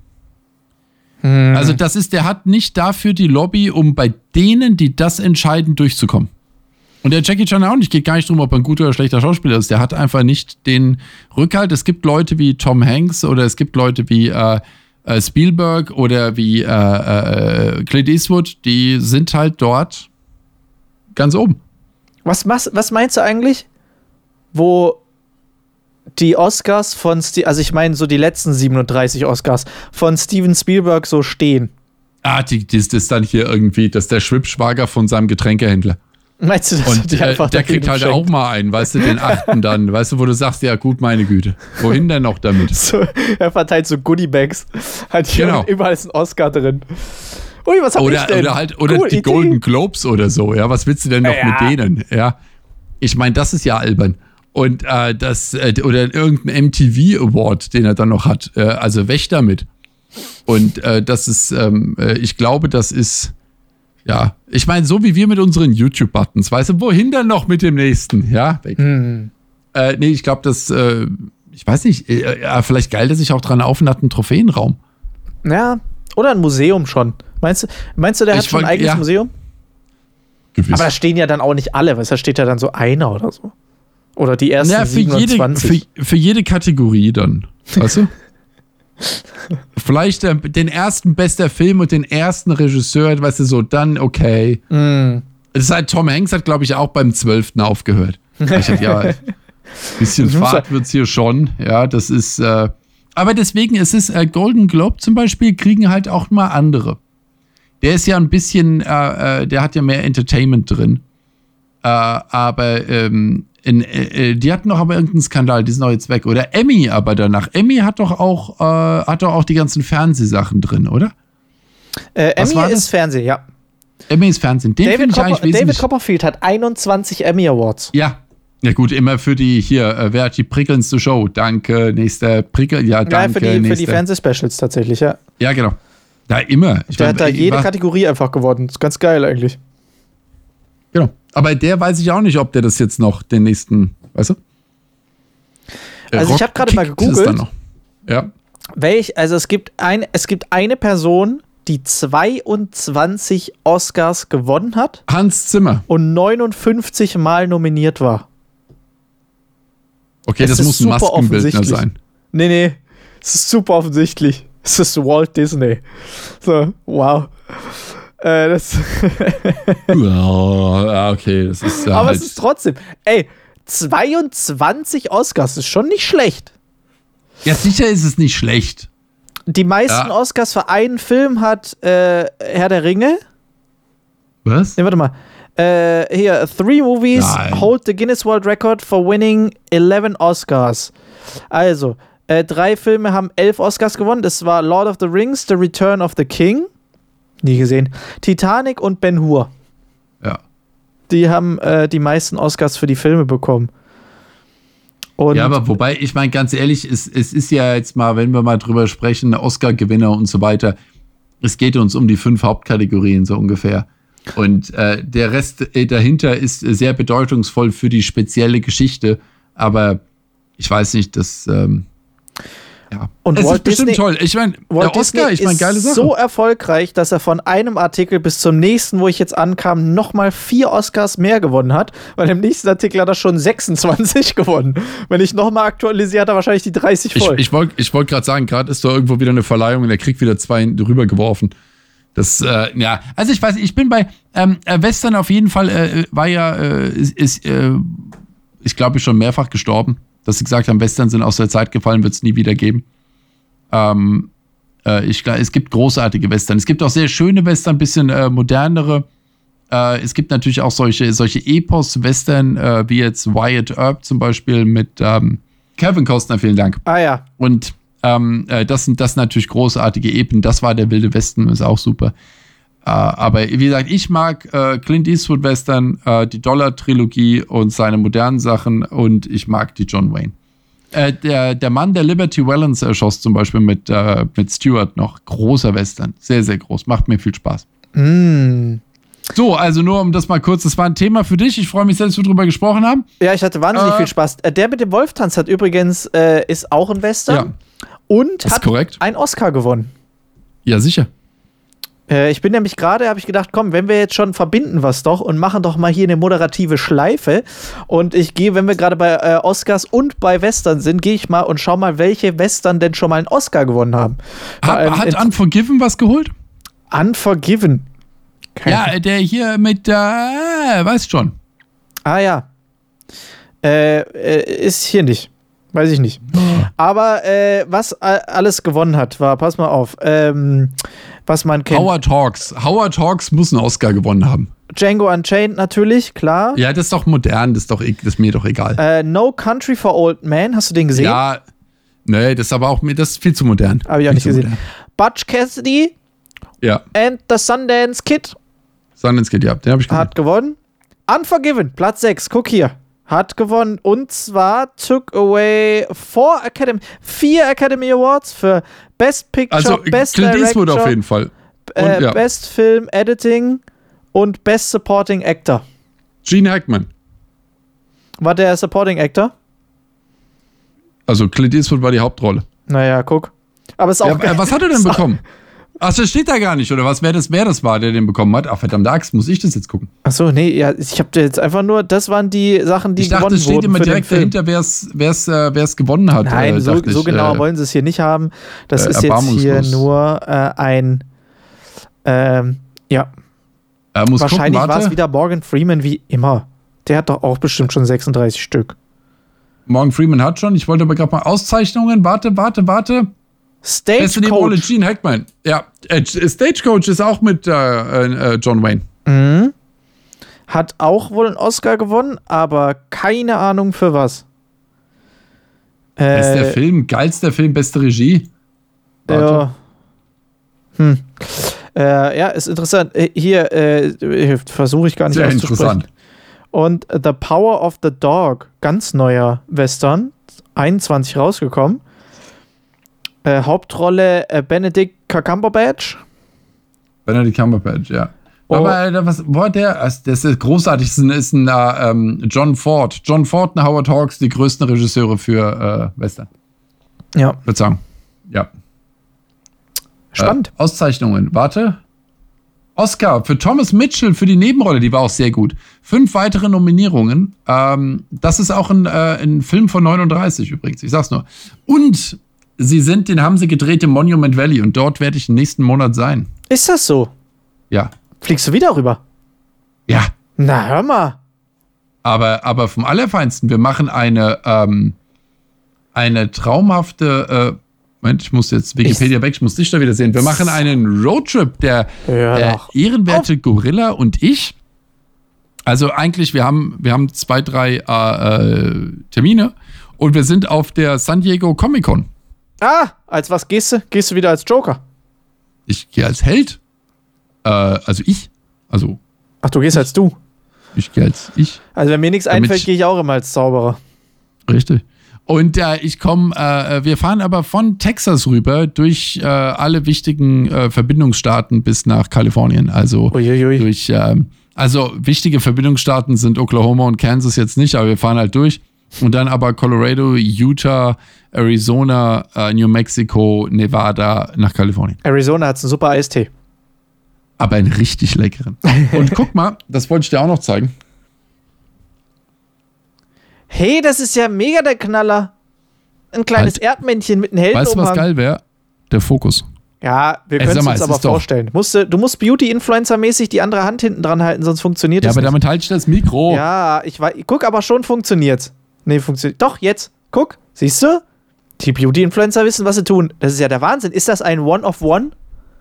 Hm. Also das ist, der hat nicht dafür die Lobby, um bei denen, die das entscheiden, durchzukommen. Und der Jackie Chan auch nicht, geht gar nicht drum, ob er ein guter oder schlechter Schauspieler ist. Der hat einfach nicht den Rückhalt. Es gibt Leute wie Tom Hanks oder es gibt Leute wie äh, äh, Spielberg oder wie äh, äh, Clint Eastwood, die sind halt dort ganz oben. Was, was, was meinst du eigentlich, wo die Oscars von, Ste also ich meine so die letzten siebenunddreißig Oscars von Steven Spielberg so stehen? Ah, die, die, das ist dann hier irgendwie, das ist der Schwippschwager von seinem Getränkehändler. Meinst du, dass Und die äh, einfach der dagegen kriegt halt schenkt? auch mal einen, weißt du, den achten dann, weißt du, wo du sagst, ja gut, meine Güte, wohin denn noch damit? So, er verteilt so Goodiebags. Hat hier Genau. überall ist ein Oscar drin. Ui, was hab ich Oder, denn? oder halt, oder Cool, die Idee. Golden Globes oder so, ja, was willst du denn noch Ja. mit denen, ja? Ich meine, das ist ja albern. Und äh, das, äh, oder irgendein M T V Award, den er dann noch hat, äh, also weg damit. Und äh, das ist, ähm, äh, ich glaube, das ist, ja, ich meine, so wie wir mit unseren YouTube-Buttons, weißt du, wohin dann noch mit dem nächsten, ja? Weg. Hm. Äh, nee, ich glaube, das, äh, ich weiß nicht, äh, ja, vielleicht geil, dass sich auch dran auf und hat einen Trophäenraum. Ja, oder ein Museum schon. Meinst du, meinst du der hat Ich schon ein wollt- eigenes ja. Museum? Gewiss. Aber da stehen ja dann auch nicht alle, weil da steht ja dann so einer oder so. Oder die ersten Ja, für jede, siebenundzwanzig. für, für jede Kategorie dann. Weißt du? Vielleicht äh, den ersten bester Film und den ersten Regisseur, weißt du, so, dann okay. Mm. Das ist halt, Tom Hanks hat, glaube ich, auch beim zwölften aufgehört. Ich dachte, ja, ein bisschen Das muss Fahrt wird's hier schon. Ja, das ist, äh, aber deswegen ist es, äh, Golden Globe zum Beispiel, kriegen halt auch mal andere. Der ist ja ein bisschen, äh, der hat ja mehr Entertainment drin. Äh, aber ähm, in, äh, die hatten doch aber irgendeinen Skandal, die sind doch jetzt weg. Oder Emmy aber danach. Emmy hat doch auch, äh, hat doch auch die ganzen Fernsehsachen drin, oder? Äh, Emmy ist Fernsehen, ja. Emmy ist Fernsehen. Den David, ich Copper, eigentlich David Copperfield hat einundzwanzig Emmy Awards. Ja. Ja gut, immer für die, hier, äh, wer hat die prickelndste Show? Danke, nächster Prickel, ja, danke. Ja, für die, nächster. für die Fernsehspecials tatsächlich, ja. Ja, genau. Ja, immer. Ich der mein, hat da jede war, Kategorie einfach gewonnen. Das ist ganz geil eigentlich. Genau. Aber der weiß ich auch nicht, ob der das jetzt noch den nächsten, weißt du? Der Also ich habe gerade mal gegoogelt. Ja. Welch, also es gibt, ein, es gibt eine Person, die zweiundzwanzig Oscars gewonnen hat. Hans Zimmer. Und neunundfünfzig Mal nominiert war. Okay, es das muss ein Maskenbildner sein. Nee, nee. Es ist super offensichtlich. Es ist Walt Disney. So, wow. Äh, das ja, okay, das ist ja Aber halt es ist trotzdem, ey, zweiundzwanzig Oscars ist schon nicht schlecht. Ja, sicher ist es nicht schlecht. Die meisten ja. Oscars für einen Film hat äh, Herr der Ringe. Was? Nee, warte mal. Äh, hier, three movies Nein. hold the Guinness World Record for winning eleven Oscars. Also, äh, drei Filme haben elf Oscars gewonnen. Das war Lord of the Rings, The Return of the King. Nie gesehen. Titanic und Ben-Hur. Ja. Die haben äh, die meisten Oscars für die Filme bekommen. Und ja, aber wobei, ich meine, ganz ehrlich, es, es ist ja jetzt mal, wenn wir mal drüber sprechen, Oscar-Gewinner und so weiter, es geht uns um die fünf Hauptkategorien so ungefähr. Und äh, der Rest äh, dahinter ist sehr bedeutungsvoll für die spezielle Geschichte, aber ich weiß nicht, das ähm, ja. Und es Walt ist bestimmt Disney, toll. Ich meine, der Walt Oscar, Disney ich meine, geile ist Sache. so erfolgreich, dass er von einem Artikel bis zum nächsten, wo ich jetzt ankam, nochmal vier Oscars mehr gewonnen hat, weil im nächsten Artikel hat er schon sechsundzwanzig gewonnen. Wenn ich nochmal aktualisiere, hat er wahrscheinlich die dreißig voll. Ich, ich wollte ich wollt gerade sagen, gerade ist da irgendwo wieder eine Verleihung und er kriegt wieder zwei rübergeworfen. Das, äh, ja, also ich weiß, ich bin bei ähm, Western auf jeden Fall, äh, war ja, äh, ist, ist äh, ich glaube, schon mehrfach gestorben, dass sie gesagt haben, Western sind aus der Zeit gefallen, wird es nie wieder geben. Ähm, äh, ich glaube, es gibt großartige Western. Es gibt auch sehr schöne Western, ein bisschen äh, modernere. Äh, es gibt natürlich auch solche, solche Epos-Western, äh, wie jetzt Wyatt Earp zum Beispiel mit ähm, Kevin Costner, vielen Dank. Ah ja. Und ähm, äh, das sind das sind natürlich großartige Epen. Das war der Wilde Westen, ist auch super. Äh, aber wie gesagt, ich mag äh, Clint Eastwood Western, äh, die Dollar-Trilogie und seine modernen Sachen und ich mag die John Wayne. Äh, der, der Mann, der Liberty Valance erschoss zum Beispiel mit, äh, mit Stewart noch. Großer Western. Sehr, sehr groß. Macht mir viel Spaß. Mm. So, also nur um das mal kurz, das war ein Thema für dich. Ich freue mich sehr, dass wir drüber gesprochen haben. Ja, ich hatte wahnsinnig äh, viel Spaß. Der mit dem Wolftanz hat übrigens, äh, ist auch ein Western. Ja. Und ist hat korrekt. einen Oscar gewonnen. Ja, sicher. Äh, ich bin nämlich gerade, habe ich gedacht, komm, wenn wir jetzt schon verbinden was doch und machen doch mal hier eine moderative Schleife. Und ich gehe, wenn wir gerade bei äh, Oscars und bei Western sind, gehe ich mal und schau mal, welche Western denn schon mal einen Oscar gewonnen haben. Hat, hat Unforgiven was geholt? Unforgiven. Keine ja, der hier mit, äh, weißt schon. Ah ja. Äh, äh, ist hier nicht. Weiß ich nicht. Oh. Aber äh, was äh, alles gewonnen hat, war, pass mal auf, ähm, was man kennt. Howard Hawks. Howard Hawks muss einen Oscar gewonnen haben. Django Unchained natürlich, klar. Ja, das ist doch modern, das ist, doch, das ist mir doch egal. Äh, No Country for Old Men, hast du den gesehen? Ja, nee, das ist aber auch, das ist viel zu modern. Habe ich auch viel nicht gesehen. Modern. Butch Cassidy Ja. and the Sundance Kid Sundance Kid, ja, den habe ich gesehen. hat gewonnen. Unforgiven, Platz sechs, guck hier. Hat gewonnen und zwar took away four Academy, vier Academy Awards für Best Picture, Also Best Clint Director, Eastwood auf jeden Fall. Und, äh, ja. Best Film Editing und Best Supporting Actor. Gene Hackman. War der Supporting Actor? Also Clint Eastwood war die Hauptrolle. Naja, guck. Aber ist auch Ja, geil. äh, was hat er denn bekommen? Ach, das steht da gar nicht, oder was? Wer das, wer das war, der den bekommen hat? Ach, verdammte Axt, muss ich das jetzt gucken? Achso, nee, ja, ich hab jetzt einfach nur, das waren die Sachen, die Ich dachte, gewonnen es steht wurden immer für direkt den Film. dahinter, wer es äh, gewonnen hat. Nein, äh, so, dachte so ich, genau äh, wollen sie es hier nicht haben. Das äh, ist jetzt hier erbarmungslos. nur äh, ein, ähm, ja, äh, muss wahrscheinlich gucken, war es warte. wieder Morgan Freeman wie immer. Der hat doch auch bestimmt schon sechsunddreißig Stück. Morgan Freeman hat schon. Ich wollte aber gerade mal Auszeichnungen. Warte, warte, warte. Beste Nebenrolle, Stagecoach. Gene Hackman. Ja, äh, Stagecoach ist auch mit äh, äh, John Wayne. Mhm. Hat auch wohl einen Oscar gewonnen, aber keine Ahnung für was. Äh, Bester Film, geilster Film, beste Regie. Ja. Hm. Äh, ja, ist interessant. Äh, Hier äh, versuche ich gar nicht Sehr auszusprechen. interessant. Und The Power of the Dog, ganz neuer Western, einundzwanzig rausgekommen. Äh, Hauptrolle äh, Benedict Cumberbatch. Benedict Cumberbatch, ja. Oh. Aber äh, was war der? Das ist großartig. Das ist ein, ist ein äh, ähm, John Ford. John Ford und Howard Hawks, die größten Regisseure für äh, Western. Ja, Ich würde sagen. Ja. spannend. Äh, Auszeichnungen. Warte. Oscar für Thomas Mitchell für die Nebenrolle, die war auch sehr gut. Fünf weitere Nominierungen. Ähm, das ist auch ein, äh, ein Film von neununddreißig übrigens. Ich sag's nur. Und sie sind, den haben sie gedreht im Monument Valley und dort werde ich im nächsten Monat sein. Ist das so? Ja. Fliegst du wieder rüber? Ja. Na, hör mal. Aber, aber vom Allerfeinsten. Wir machen eine, ähm, eine traumhafte. Äh, Moment, ich muss jetzt Wikipedia Ich- weg, ich muss dich da wieder sehen. Wir machen einen Roadtrip, der, Hör der doch ehrenwerte Gorilla und ich. Also eigentlich, wir haben, wir haben zwei, drei äh, äh, Termine und wir sind auf der San Diego Comic Con. Ah, als was gehst du? Gehst du wieder als Joker? Ich gehe als Held. Äh, also ich. Also Ach, du gehst als du. ich gehe als ich. Also wenn mir nichts Damit einfällt, ich- gehe ich auch immer als Zauberer. Richtig. Und äh, ich komme, äh, wir fahren aber von Texas rüber durch äh, alle wichtigen äh, Verbindungsstaaten bis nach Kalifornien. Also Uiuiui. durch, ähm, also wichtige Verbindungsstaaten sind Oklahoma und Kansas jetzt nicht, aber wir fahren halt durch. Und dann aber Colorado, Utah, Arizona, äh, New Mexico, Nevada nach Kalifornien. Arizona hat einen super Eistee. Aber einen richtig leckeren. Und guck mal, das wollte ich dir auch noch zeigen. Hey, das ist ja mega der Knaller. Ein kleines Halt. Erdmännchen mit einem Weißt du, was Heldenumhang. geil wäre? Der Fokus. Ja, wir Ey, können sag es mal, uns es aber ist doch- vorstellen. Musst du, du musst Beauty-Influencer-mäßig die andere Hand hinten dran halten, sonst funktioniert Ja, es aber nicht. damit halte ich das Mikro. Ja, ich weiß. Guck, aber schon funktioniert's. Nee, funktioniert. Doch, jetzt. Guck. Siehst du? Die Beauty-Influencer wissen, was sie tun. Das ist ja der Wahnsinn. Ist das ein One of One?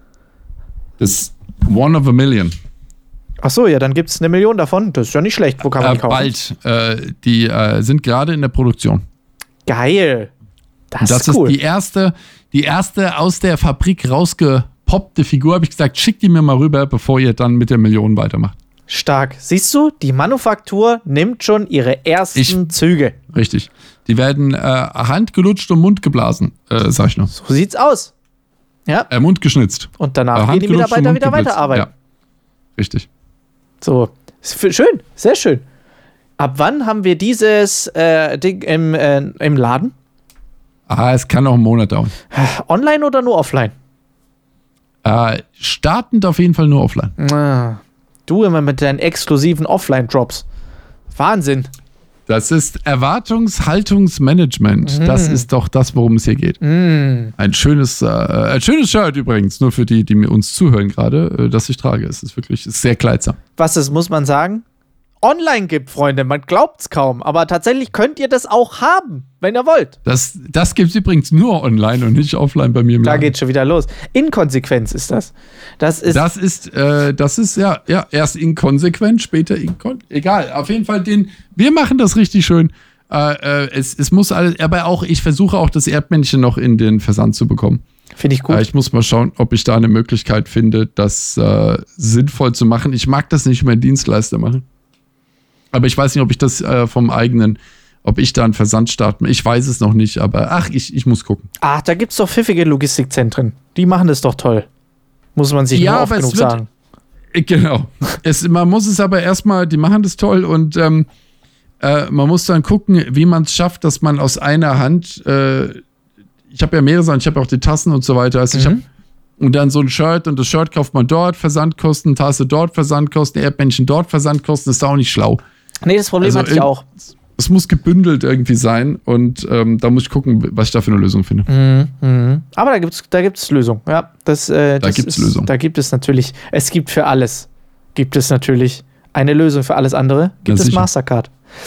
Das ist one of a million. Ach so, ja, dann gibt's eine Million davon. Das ist ja nicht schlecht. Wo kann man Äh, die kaufen? bald. Äh, die äh, sind gerade in der Produktion. Geil. Das, Das ist cool. ist die erste, die erste aus der Fabrik rausgepoppte Figur. Habe ich gesagt, schickt die mir mal rüber, bevor ihr dann mit der Million weitermacht. Stark. Siehst du, die Manufaktur nimmt schon ihre ersten Ich- Züge. Richtig. Die werden äh, handgelutscht und Mund geblasen, äh, sag ich nur. So sieht's aus. Ja, Äh, Mund geschnitzt. und danach Äh, gehen die handgelutscht und Mitarbeiter Mund wieder geblitzt. weiterarbeiten. Ja. Richtig. So. Ist für- Schön, sehr schön. Ab wann haben wir dieses äh, Ding im, äh, im Laden? Ah, es kann noch einen Monat dauern. Online oder nur offline? Äh, startend auf jeden Fall nur offline. Ah, du immer mit deinen exklusiven Offline-Drops. Wahnsinn. Das ist Erwartungshaltungsmanagement. Das ist doch das, worum es hier geht. Mm. Ein schönes, äh, ein schönes Shirt übrigens, nur für die, die mir uns zuhören gerade, äh, das ich trage. Es ist wirklich ist sehr kleidsam. Was es, muss man sagen, online gibt, Freunde. Man glaubt's kaum. Aber tatsächlich könnt ihr das auch haben, wenn ihr wollt. Das, das gibt es übrigens nur online und nicht offline bei mir im Da Laden. geht's schon wieder los. Inkonsequenz ist das. Das ist. Das ist, äh, das ist ja, ja, erst inkonsequent, später inkon. Egal, auf jeden Fall den. Wir machen das richtig schön. Äh, äh, es, es muss alles, aber auch, ich versuche auch das Erdmännchen noch in den Versand zu bekommen. Finde ich gut. Äh, ich muss mal schauen, ob ich da eine Möglichkeit finde, das äh, sinnvoll zu machen. Ich mag das nicht über einen Dienstleister machen. Aber ich weiß nicht, ob ich das äh, vom eigenen, ob ich da einen Versand starten. Ich weiß es noch nicht, aber ach, ich, ich muss gucken. Ach, da gibt's doch pfiffige Logistikzentren. Die machen das doch toll. Muss man sich Ja, nur oft aber es genug wird- sagen. Äh, Genau. Es, man muss es aber erstmal, die machen das toll und ähm, äh, man muss dann gucken, wie man es schafft, dass man aus einer Hand, äh, ich habe ja mehrere Sachen, ich habe auch die Tassen und so weiter. Also ich Mhm. habe und dann so ein Shirt und das Shirt kauft man dort, Versandkosten, Tasse dort, Versandkosten, Erdmännchen dort, Versandkosten, ist auch nicht schlau. Nee, das Problem Also hatte ich irgend- auch. Es muss gebündelt irgendwie sein und ähm, da muss ich gucken, was ich da für eine Lösung finde. Mhm, mhm. Aber da gibt's, da gibt's Lösungen. Ja, das, äh, das gibt's ist, Lösungen. Da gibt es natürlich, es gibt für alles, gibt es natürlich eine Lösung für alles andere. Gibt Ja, es sicher. Mastercard.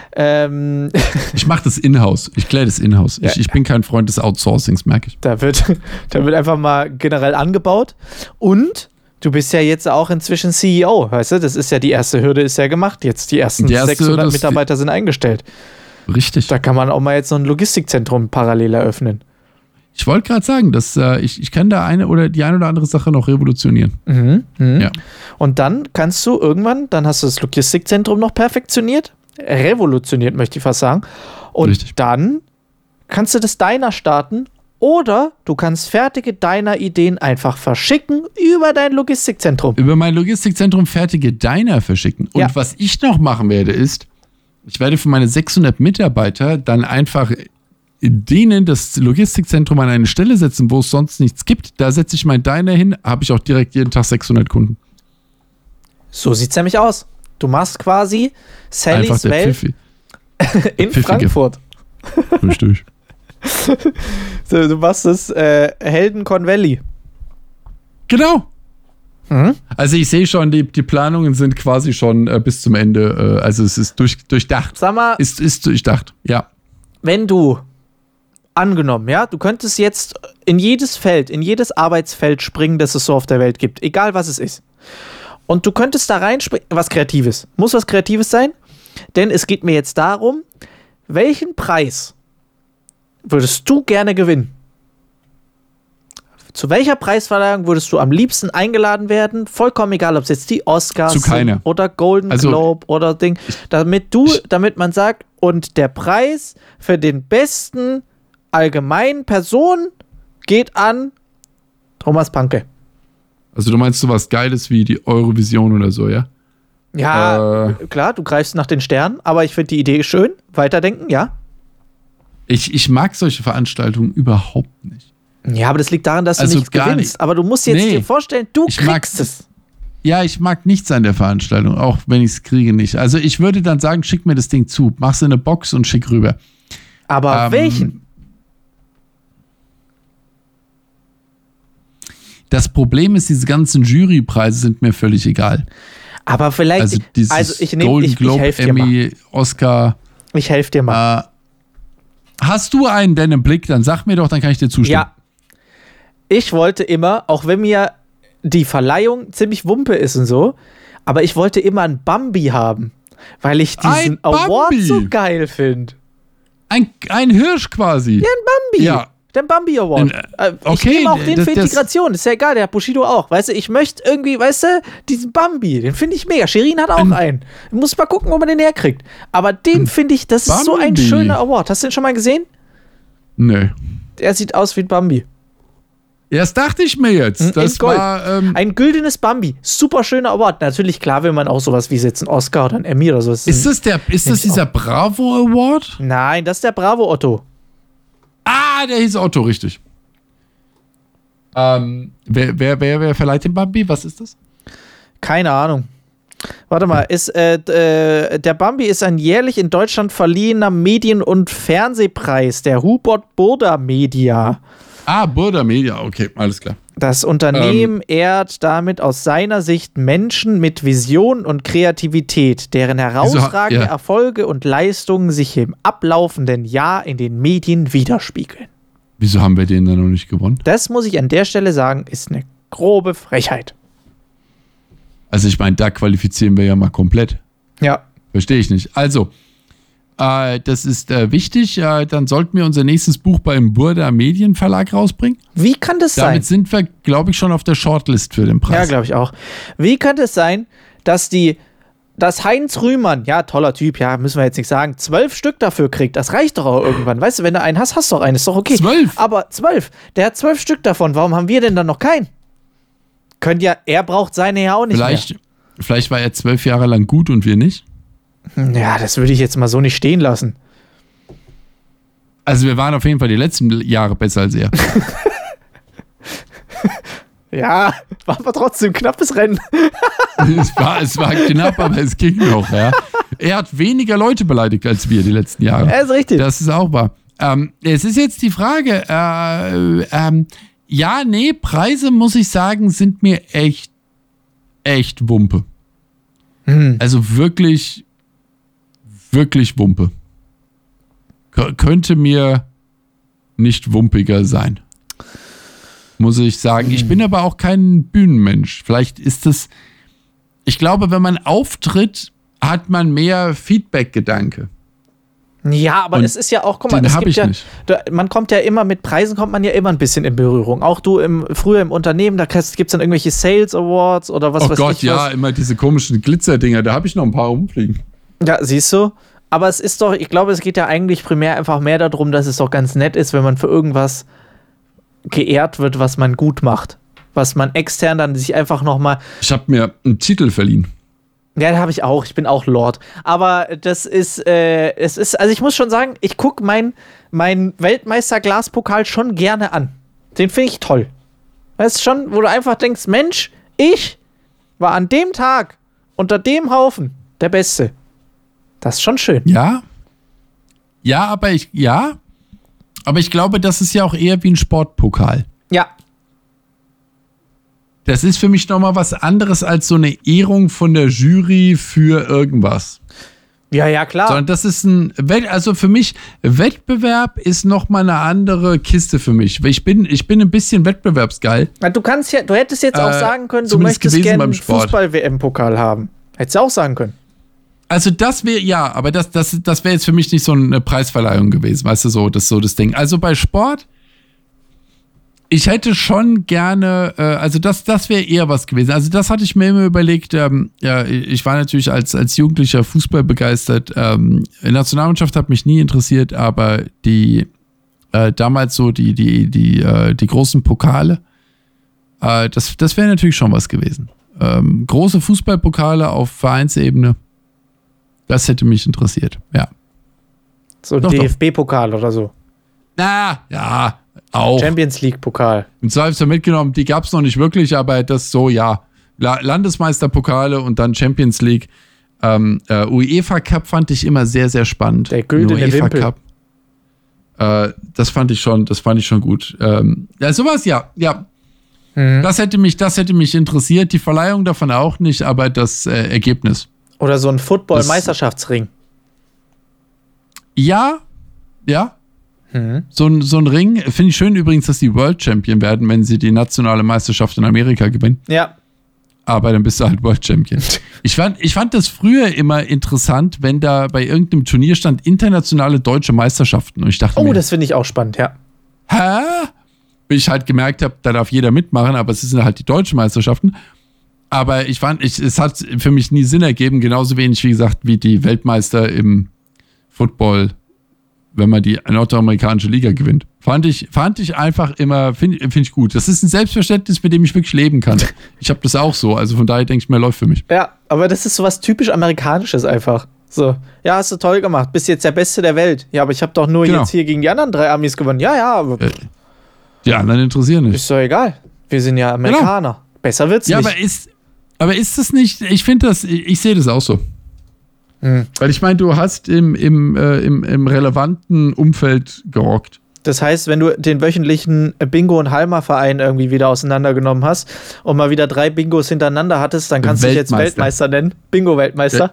Ähm, Ich mache das in-house. Ich kläre das in-house. Ja. Ich, ich bin kein Freund des Outsourcings, merke ich. da, wird, da wird einfach mal generell angebaut. Und du bist ja jetzt auch inzwischen C E O, weißt du? Das ist ja die erste Hürde, ist ja gemacht. Jetzt die ersten Die erste sechshundert Hürde ist die- Mitarbeiter sind eingestellt. Richtig. Da kann man auch mal jetzt so ein Logistikzentrum parallel eröffnen. Ich wollte gerade sagen, dass äh, ich, ich kann da eine oder die eine oder andere Sache noch revolutionieren. Mhm, mhm. Ja. Und dann kannst du irgendwann, dann hast du das Logistikzentrum noch perfektioniert, revolutioniert, möchte ich fast sagen. Und Richtig. dann kannst du das Diner starten oder du kannst fertige Diner-Ideen einfach verschicken über dein Logistikzentrum. Über mein Logistikzentrum fertige Diner verschicken. Und Ja. was ich noch machen werde, ist, ich werde für meine sechshundert Mitarbeiter dann einfach denen das Logistikzentrum an eine Stelle setzen, wo es sonst nichts gibt. Da setze ich mein Diner hin, habe ich auch direkt jeden Tag sechshundert Kunden. So sieht's nämlich aus. Du machst quasi Einfach Sallys der Welt Pfiffi. in Pfiffige. Frankfurt. Richtig. So, du machst das äh, Heldencon Valley. Genau. Mhm. Also ich sehe schon, die, die Planungen sind quasi schon äh, bis zum Ende. Äh, also es ist durch, durchdacht. Sag mal, Ist, ist durchdacht, ja. wenn du angenommen, ja, du könntest jetzt in jedes Feld, in jedes Arbeitsfeld springen, das es so auf der Welt gibt, egal was es ist. Und du könntest da reinspringen, was Kreatives. Muss was Kreatives sein, denn es geht mir jetzt darum, welchen Preis würdest du gerne gewinnen? Zu welcher Preisverleihung würdest du am liebsten eingeladen werden? Vollkommen egal, ob es jetzt die Oscars Zu keiner. sind oder Golden Also, Globe oder Ding. Damit du, damit man sagt, und der Preis für den besten allgemeinen Person geht an Thomas Panke. Also du meinst sowas Geiles wie die Eurovision oder so, ja? Ja, Äh. klar, du greifst nach den Sternen, aber ich finde die Idee schön. Weiterdenken, ja? Ich, ich mag solche Veranstaltungen überhaupt nicht. Ja, aber das liegt daran, dass du Also nicht gar gewinnst. nicht. Aber du musst jetzt Nee. dir vorstellen, du Ich mag kriegst es. Ja, ich mag nichts an der Veranstaltung, auch wenn ich es kriege nicht. Also ich würde dann sagen, schick mir das Ding zu, mach's in eine Box und schick rüber. Aber Ähm, welchen? Das Problem ist, diese ganzen Jurypreise sind mir völlig egal. Aber vielleicht, Also dieses also ich nehme, Golden ich, ich Globe, helfe dir mal. Emmy, Oscar. Ich helfe dir mal. Äh, hast du einen denn im Blick? Dann sag mir doch, dann kann ich dir zustimmen. Ja. Ich wollte immer, auch wenn mir die Verleihung ziemlich wumpe ist und so, aber ich wollte immer einen Bambi haben, weil ich diesen Ein Award Bambi? so geil finde. Ein, ein Hirsch quasi. Ja, ein Bambi. Ja. Den Bambi Award. Ein, Äh, ich okay, nehme auch den das- für das- Integration. Ist ja egal, der hat Bushido auch. Weißt du, ich möchte irgendwie, weißt du, diesen Bambi, den finde ich mega. Shirin hat auch Ein- einen. Muss mal gucken, wo man den herkriegt. Aber den finde ich, das ist so ein Bambi. schöner Award. Hast du den schon mal gesehen? Nö. Der sieht aus wie ein Bambi. Ja, das dachte ich mir jetzt. In Das Gold. war. Ähm, Ein güldenes Bambi. Super schöner Award. Natürlich, klar will man auch sowas wie jetzt einen Oscar oder einen Emmy oder so. Das ist das, der, ist das ich dieser Bravo Award? Nein, das ist der Bravo Otto. Ah, der hieß Otto, richtig. Ähm, wer, wer, wer, wer verleiht den Bambi? Was ist das? Keine Ahnung. Warte mal, ist, äh, d- äh, der Bambi ist ein jährlich in Deutschland verliehener Medien- und Fernsehpreis der Hubert Burda Media. Ah, Burda Media, okay, alles klar. Das Unternehmen ehrt damit aus seiner Sicht Menschen mit Vision und Kreativität, deren herausragende ja. Erfolge und Leistungen sich im ablaufenden Jahr in den Medien widerspiegeln. Wieso haben wir den dann noch nicht gewonnen? Das muss ich an der Stelle sagen, ist eine grobe Frechheit. Also ich meine, da qualifizieren wir ja mal komplett. Ja. Verstehe ich nicht. Also, äh, das ist äh, wichtig. Äh, dann sollten wir unser nächstes Buch beim Burda Medienverlag rausbringen. Wie kann das sein? Damit sind wir, glaube ich, schon auf der Shortlist für den Ja, Preis. glaube ich auch. Wie könnte es sein, dass die, dass Heinz Rühmann, ja, toller Typ, ja, müssen wir jetzt nicht sagen, zwölf Stück dafür kriegt? Das reicht doch auch irgendwann. Weißt du, wenn du einen hast, hast du auch einen, ist doch okay. Zwölf? Aber zwölf, der hat zwölf Stück davon. Warum haben wir denn dann noch keinen? Könnt ja, er braucht seine ja auch nicht vielleicht, vielleicht war er zwölf Jahre lang gut und wir nicht. mehr. Ja, das würde ich jetzt mal so nicht stehen lassen. Also wir waren auf jeden Fall die letzten Jahre besser als er. Ja, war aber trotzdem ein knappes Rennen. es, war, es war knapp, aber es ging noch. Ja. Er hat weniger Leute beleidigt als wir die letzten Jahre. Ja, ist richtig. Das ist auch wahr. Ähm, es ist jetzt die Frage, äh, ähm, ja, nee, Preise, muss ich sagen, sind mir echt, echt Wumpe. Hm. Also wirklich, wirklich Wumpe. K- könnte mir nicht wumpiger sein. Muss ich sagen. Ich bin aber auch kein Bühnenmensch. Vielleicht ist es, ich glaube, wenn man auftritt, hat man mehr Feedback-Gedanke. Ja, aber Und es ist ja auch, guck mal, den es hab gibt ich ja, nicht. da, man kommt ja immer mit Preisen, kommt man ja immer ein bisschen in Berührung. Auch du im, früher im Unternehmen, da gibt es dann irgendwelche Sales Awards oder was Oh weiß Gott, ich ja, was. immer diese komischen Glitzerdinger, da habe ich noch ein paar rumfliegen. Ja, siehst du? Aber es ist doch, ich glaube, es geht ja eigentlich primär einfach mehr darum, dass es doch ganz nett ist, wenn man für irgendwas geehrt wird, was man gut macht. Was man extern dann sich einfach nochmal. Ich habe mir einen Titel verliehen. Ja, da habe ich auch. Ich bin auch Lord. Aber das ist, äh, es ist, also ich muss schon sagen, ich gucke mein, mein Weltmeister-Glaspokal schon gerne an. Den finde ich toll. Das ist schon, wo du einfach denkst, Mensch, ich war an dem Tag unter dem Haufen der Beste. Das ist schon schön. Ja. Ja, aber ich, ja. Aber ich glaube, das ist ja auch eher wie ein Sportpokal. Ja. Das ist für mich nochmal was anderes als so eine Ehrung von der Jury für irgendwas. Ja, ja, klar. Sondern das ist ein, Wett- also für mich, Wettbewerb ist nochmal eine andere Kiste für mich. Ich bin, ich bin ein bisschen wettbewerbsgeil. Du kannst ja, du hättest jetzt auch Äh, sagen können, du zumindest möchtest gewesen gerne beim einen Sport. Fußball-W M-Pokal haben. Hättest du auch sagen können. Also das wäre, ja, aber das, das, das wäre jetzt für mich nicht so eine Preisverleihung gewesen, weißt du, so, das so das Ding. Also bei Sport, ich hätte schon gerne, äh, also das, das wäre eher was gewesen. Also das hatte ich mir immer überlegt, ähm, ja, ich war natürlich als, als Jugendlicher Fußball begeistert. Ähm, Nationalmannschaft hat mich nie interessiert, aber die, äh, damals so die, die, die, äh, die großen Pokale, äh, das, das wäre natürlich schon was gewesen. Ähm, große Fußballpokale auf Vereinsebene. Das hätte mich interessiert, ja. So ein Doch, D F B-Pokal oder so. Na, ja, auch. Champions League-Pokal. Im Zweifelsfall mitgenommen, die gab es noch nicht wirklich, aber das so, ja. La- Landesmeisterpokale und dann Champions League. Ähm, äh, UEFA Cup fand ich immer sehr, sehr spannend. Der güldene UEFA Wimpel. Cup. Äh, das fand ich schon, das fand ich schon gut. Ähm, ja, sowas, ja, ja. Mhm. Das hätte mich, das hätte mich interessiert. Die Verleihung davon auch nicht, aber das äh, Ergebnis. Oder so ein Football-Meisterschaftsring. Ja, ja. Mhm. So ein, so ein Ring, finde ich schön übrigens, dass die World Champion werden, wenn sie die nationale Meisterschaft in Amerika gewinnen. Ja. Aber dann bist du halt World Champion. Ich fand, ich fand das früher immer interessant, wenn da bei irgendeinem Turnier stand internationale deutsche Meisterschaften. Und ich dachte Oh, mir, das finde ich auch spannend, ja. hä? Bis ich halt gemerkt habe, da darf jeder mitmachen, aber es sind halt die deutschen Meisterschaften. Aber ich fand, ich, es hat für mich nie Sinn ergeben, genauso wenig, wie gesagt, wie die Weltmeister im Football, wenn man die nordamerikanische Liga gewinnt. Fand ich, fand ich einfach immer, finde find ich gut. Das ist ein Selbstverständnis, mit dem ich wirklich leben kann. Ich habe das auch so, also von daher denke ich mir, läuft für mich. Ja, aber das ist so was typisch Amerikanisches einfach. So, ja, hast du toll gemacht, bist jetzt der Beste der Welt. Ja, aber ich habe doch nur Genau. jetzt hier gegen die anderen drei Amis gewonnen. Ja, ja, aber Äh, Die anderen interessieren nicht. ist doch egal. Wir sind ja Amerikaner. Besser wird's Ja, nicht. aber ist, aber ist das nicht, ich finde das, ich, ich sehe das auch so. Hm. Weil ich meine, du hast im, im, äh, im, im relevanten Umfeld gerockt. Das heißt, wenn du den wöchentlichen Bingo- und Halma-Verein irgendwie wieder auseinandergenommen hast und mal wieder drei Bingos hintereinander hattest, dann kannst du dich jetzt Weltmeister. Weltmeister nennen. Bingo-Weltmeister.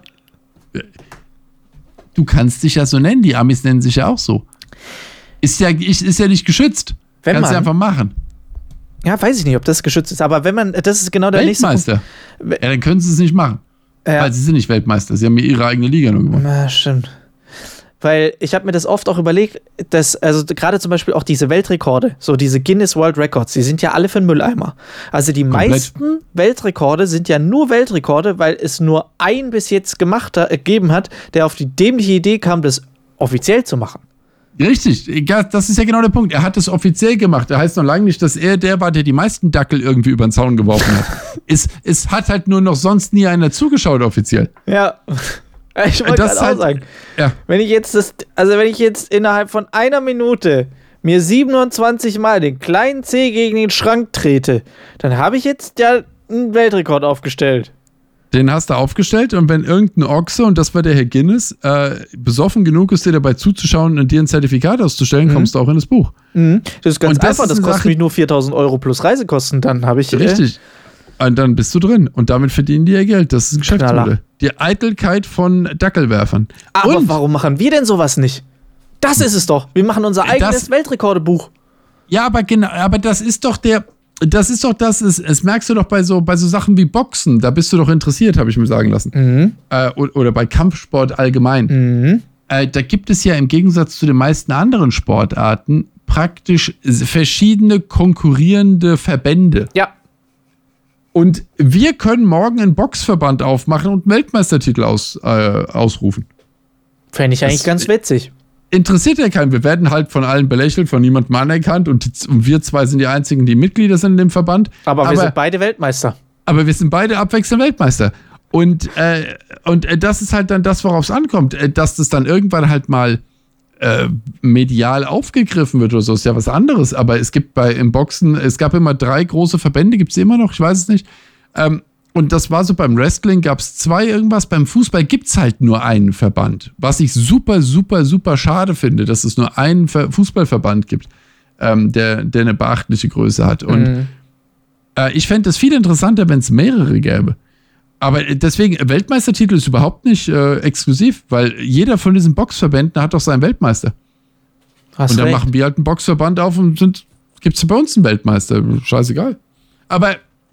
Du kannst dich ja so nennen, die Amis nennen sich ja auch so. Ist ja, ist, ist ja nicht geschützt. Wenn kannst man- du einfach machen. Ja, weiß ich nicht, ob das geschützt ist, aber wenn man, das ist genau der Weltmeister. nächste Ja, dann können sie es nicht machen. Punkt. Ja. Weil sie sind nicht Weltmeister. Sie haben ja ihre eigene Liga nur gewonnen. Ja, stimmt. Weil ich habe mir das oft auch überlegt, dass, also gerade zum Beispiel auch diese Weltrekorde, so diese Guinness World Records, die sind ja alle für den Mülleimer. Also die Komplett. meisten Weltrekorde sind ja nur Weltrekorde, weil es nur einen bis jetzt gemacht hat, äh, gegeben hat, der auf die dämliche Idee kam, das offiziell zu machen. Richtig, ja, das ist ja genau der Punkt. Er hat es offiziell gemacht. Er heißt noch lange nicht, dass er der war, der die meisten Dackel irgendwie über den Zaun geworfen hat. es, es hat halt nur noch sonst nie einer zugeschaut offiziell. Ja. Ich wollte Das gerade auch halt- sagen, Ja. wenn ich jetzt das, also wenn ich jetzt innerhalb von einer Minute mir siebenundzwanzig Mal den kleinen Zeh gegen den Schrank trete, dann habe ich jetzt ja einen Weltrekord aufgestellt. Den hast du aufgestellt und wenn irgendein Ochse, und das war der Herr Guinness, äh, besoffen genug ist, dir dabei zuzuschauen und dir ein Zertifikat auszustellen, Mhm. kommst du auch in das Buch. Mhm. Das ist ganz Und das einfach, ist das eine kostet Sache- mich nur viertausend Euro plus Reisekosten, dann habe ich. Äh, Richtig. Und dann bist du drin und damit verdienen die ja Geld. Das ist ein Geschäftsmodell. Die Eitelkeit von Dackelwerfern. Aber Und, warum machen wir denn sowas nicht? Das ist es doch. Wir machen unser eigenes Das- Weltrekordebuch. ja, aber genau, aber das ist doch der, das ist doch das, es, es merkst du doch bei so, bei so Sachen wie Boxen, da bist du doch interessiert, habe ich mir sagen lassen. Mhm. Äh, o- oder bei Kampfsport allgemein. Mhm. Äh, da gibt es ja im Gegensatz zu den meisten anderen Sportarten praktisch verschiedene konkurrierende Verbände. Ja. Und wir können morgen einen Boxverband aufmachen und einen Weltmeistertitel aus, äh, ausrufen. Fände ich eigentlich Das- ganz witzig. Interessiert ja keinen. Wir werden halt von allen belächelt, von niemandem anerkannt und, die, und wir zwei sind die einzigen, die Mitglieder sind in dem Verband. Aber wir aber, sind beide Weltmeister. aber wir sind beide abwechselnd Weltmeister. Und, äh, und äh, das ist halt dann das, worauf es ankommt. Äh, dass das dann irgendwann halt mal äh, medial aufgegriffen wird oder so, ist ja was anderes. Aber es gibt bei im Boxen, es gab immer drei große Verbände, gibt es immer noch, ich weiß es nicht. Ähm, und das war so beim Wrestling, gab es zwei irgendwas. Beim Fußball gibt es halt nur einen Verband. Was ich super, super, super schade finde, dass es nur einen Ver- Fußballverband gibt, ähm, der, der eine beachtliche Größe hat. Und Mhm. äh, ich fände es viel interessanter, wenn es mehrere gäbe. Aber deswegen, Weltmeistertitel ist überhaupt nicht äh, exklusiv, weil jeder von diesen Boxverbänden hat doch seinen Weltmeister. Hast Und dann recht. machen wir halt einen Boxverband auf und gibt es bei uns einen Weltmeister. Scheißegal. Aber